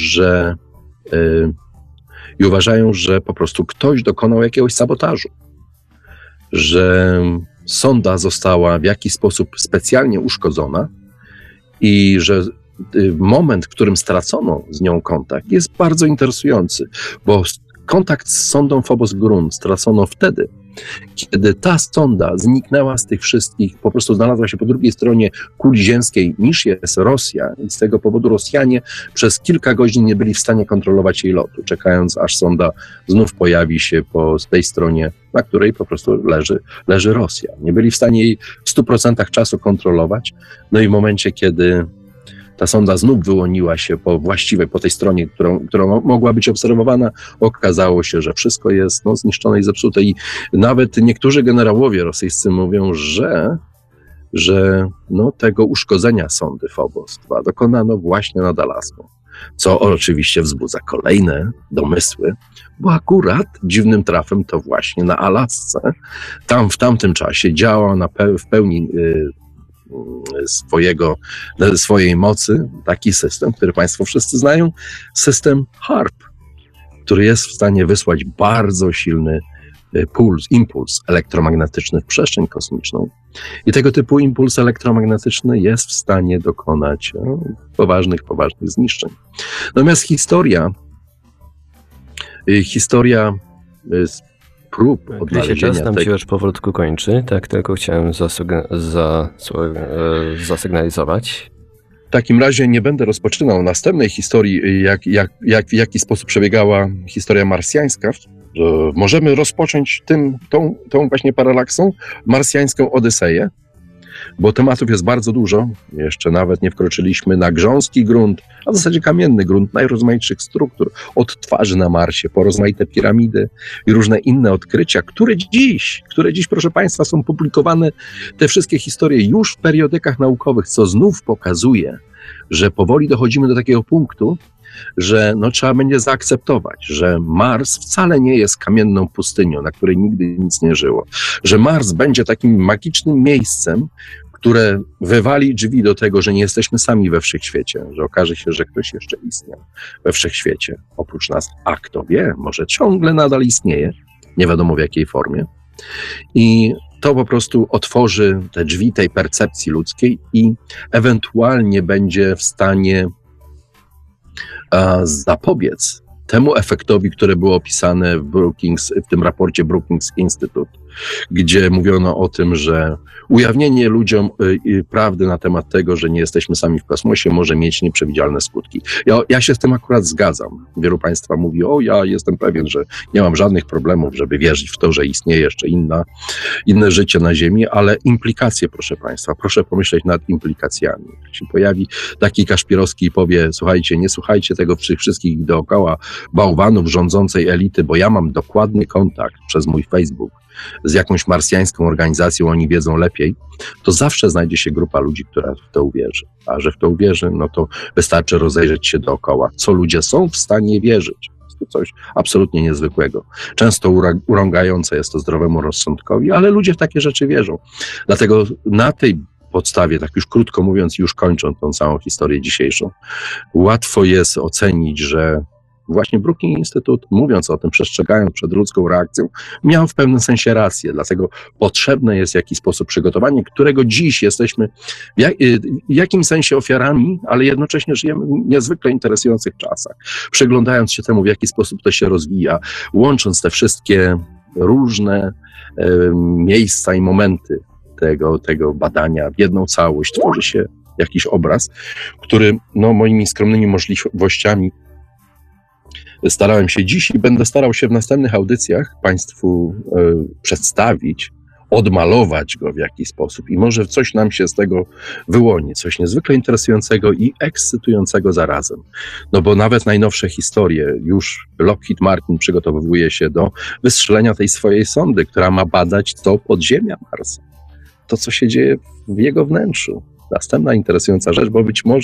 że po prostu ktoś dokonał jakiegoś sabotażu, że sonda została w jakiś sposób specjalnie uszkodzona i że moment, w którym stracono z nią kontakt, jest bardzo interesujący, bo kontakt z sondą Phobos Grunt stracono wtedy, kiedy ta sonda zniknęła z tych wszystkich, po prostu znalazła się po drugiej stronie kuli ziemskiej niż jest Rosja i z tego powodu Rosjanie przez kilka godzin nie byli w stanie kontrolować jej lotu, czekając aż sonda znów pojawi się po tej stronie, na której po prostu leży Rosja. Nie byli w stanie jej w 100% czasu kontrolować, no i w momencie, kiedy ta sonda znów wyłoniła się po tej stronie, którą mogła być obserwowana, okazało się, że wszystko jest zniszczone i zepsute. I nawet niektórzy generałowie rosyjscy mówią, że tego uszkodzenia sondy Phobos 2 dokonano właśnie nad Alaską. Co oczywiście wzbudza kolejne domysły, bo akurat dziwnym trafem to właśnie na Alasce, tam w tamtym czasie działał w pełni swojej mocy taki system, który Państwo wszyscy znają, system HARP, który jest w stanie wysłać bardzo silny impuls elektromagnetyczny w przestrzeń kosmiczną. I tego typu impuls elektromagnetyczny jest w stanie dokonać poważnych zniszczeń. Natomiast historia prób odnalezienia... Gdy się czas nam ci już powolutku kończy, tak tylko chciałem zasygnalizować. W takim razie nie będę rozpoczynał następnej historii, w jaki sposób przebiegała historia marsjańska. Możemy rozpocząć tą właśnie paralaksą, marsjańską Odyseję, bo tematów jest bardzo dużo. Jeszcze nawet nie wkroczyliśmy na grząski grunt, a w zasadzie kamienny grunt najrozmaitszych struktur, od twarzy na Marsie, po rozmaite piramidy i różne inne odkrycia, które dziś, proszę Państwa, są publikowane, te wszystkie historie już w periodykach naukowych, co znów pokazuje, że powoli dochodzimy do takiego punktu, że trzeba będzie zaakceptować, że Mars wcale nie jest kamienną pustynią, na której nigdy nic nie żyło, że Mars będzie takim magicznym miejscem, które wywali drzwi do tego, że nie jesteśmy sami we wszechświecie, że okaże się, że ktoś jeszcze istniał we wszechświecie oprócz nas, a kto wie, może ciągle nadal istnieje, nie wiadomo w jakiej formie. I to po prostu otworzy te drzwi tej percepcji ludzkiej i ewentualnie będzie w stanie zapobiec temu efektowi, które było opisane w tym raporcie Brookings Institute, gdzie mówiono o tym, że ujawnienie ludziom prawdy na temat tego, że nie jesteśmy sami w kosmosie, może mieć nieprzewidzialne skutki. Ja się z tym akurat zgadzam. Wielu państwa mówi, ja jestem pewien, że nie mam żadnych problemów, żeby wierzyć w to, że istnieje jeszcze inne życie na Ziemi, ale implikacje, proszę państwa, proszę pomyśleć nad implikacjami. Jak się pojawi taki Kaszpirowski i powie, słuchajcie, nie słuchajcie tego wszystkich dookoła bałwanów rządzącej elity, bo ja mam dokładny kontakt przez mój Facebook z jakąś marsjańską organizacją, oni wiedzą lepiej, to zawsze znajdzie się grupa ludzi, która w to uwierzy. A że w to uwierzy, no to wystarczy rozejrzeć się dookoła, co ludzie są w stanie wierzyć. Jest to coś absolutnie niezwykłego. Często urągające jest to zdrowemu rozsądkowi, ale ludzie w takie rzeczy wierzą. Dlatego na tej podstawie, tak już krótko mówiąc, już kończąc tą całą historię dzisiejszą, łatwo jest ocenić, że właśnie Brookings Institute, mówiąc o tym, przestrzegając przed ludzką reakcją, miał w pewnym sensie rację. Dlatego potrzebne jest w jakiś sposób przygotowanie, którego dziś jesteśmy w jakimś sensie ofiarami, ale jednocześnie żyjemy w niezwykle interesujących czasach. Przyglądając się temu, w jaki sposób to się rozwija, łącząc te wszystkie różne miejsca i momenty tego badania w jedną całość, tworzy się jakiś obraz, który moimi skromnymi możliwościami starałem się dziś i będę starał się w następnych audycjach Państwu przedstawić, odmalować go w jakiś sposób i może coś nam się z tego wyłoni, coś niezwykle interesującego i ekscytującego zarazem. No bo nawet najnowsze historie, już Lockheed Martin przygotowuje się do wystrzelenia tej swojej sondy, która ma badać to podziemia Marsa. To, co się dzieje w jego wnętrzu. Następna interesująca rzecz, bo być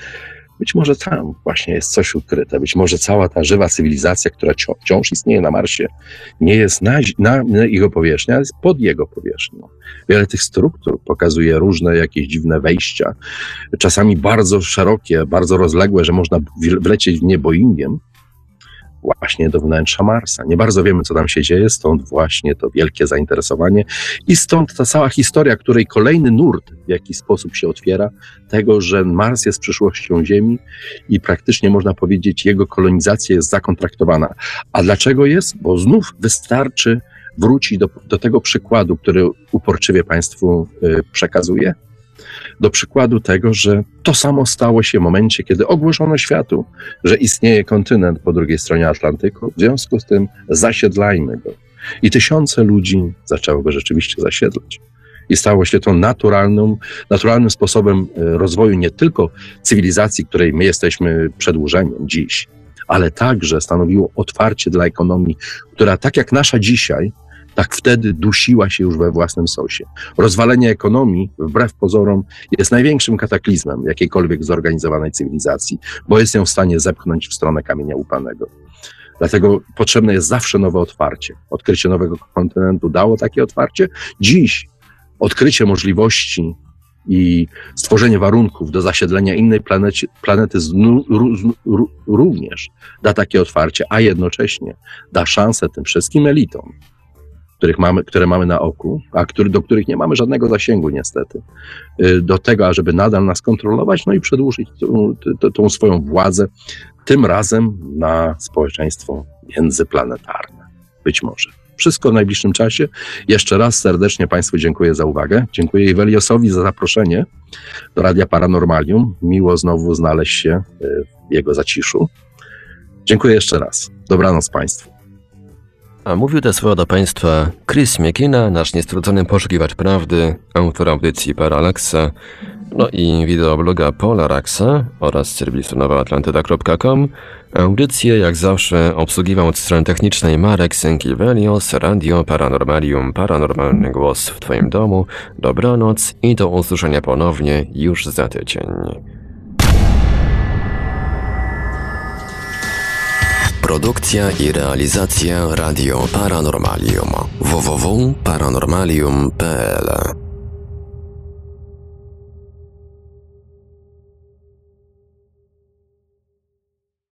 może tam właśnie jest coś ukryte. Być może cała ta żywa cywilizacja, która wciąż istnieje na Marsie, nie jest na jego powierzchni, ale jest pod jego powierzchnią. Wiele tych struktur pokazuje różne jakieś dziwne wejścia, czasami bardzo szerokie, bardzo rozległe, że można wlecieć w nie Boeingiem, właśnie do wnętrza Marsa. Nie bardzo wiemy, co tam się dzieje, stąd właśnie to wielkie zainteresowanie i stąd ta cała historia, której kolejny nurt w jakiś sposób się otwiera, tego, że Mars jest przyszłością Ziemi i praktycznie można powiedzieć, jego kolonizacja jest zakontraktowana. A dlaczego jest? Bo znów wystarczy wrócić do tego przykładu, który uporczywie Państwu przekazuję, do przykładu tego, że to samo stało się w momencie, kiedy ogłoszono światu, że istnieje kontynent po drugiej stronie Atlantyku. W związku z tym zasiedlajmy go. I tysiące ludzi zaczęło go rzeczywiście zasiedlać. I stało się to naturalnym sposobem rozwoju nie tylko cywilizacji, której my jesteśmy przedłużeniem dziś, ale także stanowiło otwarcie dla ekonomii, która tak jak nasza dzisiaj, tak wtedy dusiła się już we własnym sosie. Rozwalenie ekonomii, wbrew pozorom, jest największym kataklizmem jakiejkolwiek zorganizowanej cywilizacji, bo jest ją w stanie zepchnąć w stronę kamienia łupanego. Dlatego potrzebne jest zawsze nowe otwarcie. Odkrycie nowego kontynentu dało takie otwarcie. Dziś odkrycie możliwości i stworzenie warunków do zasiedlenia innej planety również da takie otwarcie, a jednocześnie da szansę tym wszystkim elitom, które mamy na oku, a do których nie mamy żadnego zasięgu niestety, do tego, ażeby nadal nas kontrolować, no i przedłużyć tą swoją władzę, tym razem na społeczeństwo międzyplanetarne. Być może. Wszystko w najbliższym czasie. Jeszcze raz serdecznie Państwu dziękuję za uwagę. Dziękuję Iweliosowi za zaproszenie do Radia Paranormalium. Miło znowu znaleźć się w jego zaciszu. Dziękuję jeszcze raz. Dobranoc Państwu. A mówił te słowa do Państwa Chris McKenna, nasz niestrudzony poszukiwacz prawdy, autor audycji Parallaxa, no i wideobloga Polaraxa oraz serwisu nowaatlantyda.com. Audycję jak zawsze obsługiwał od strony technicznej Marek Sękiewelios, Radio Paranormalium, paranormalny głos w Twoim domu. Dobranoc i do usłyszenia ponownie już za tydzień. Produkcja i realizacja Radio Paranormalium. www.paranormalium.pl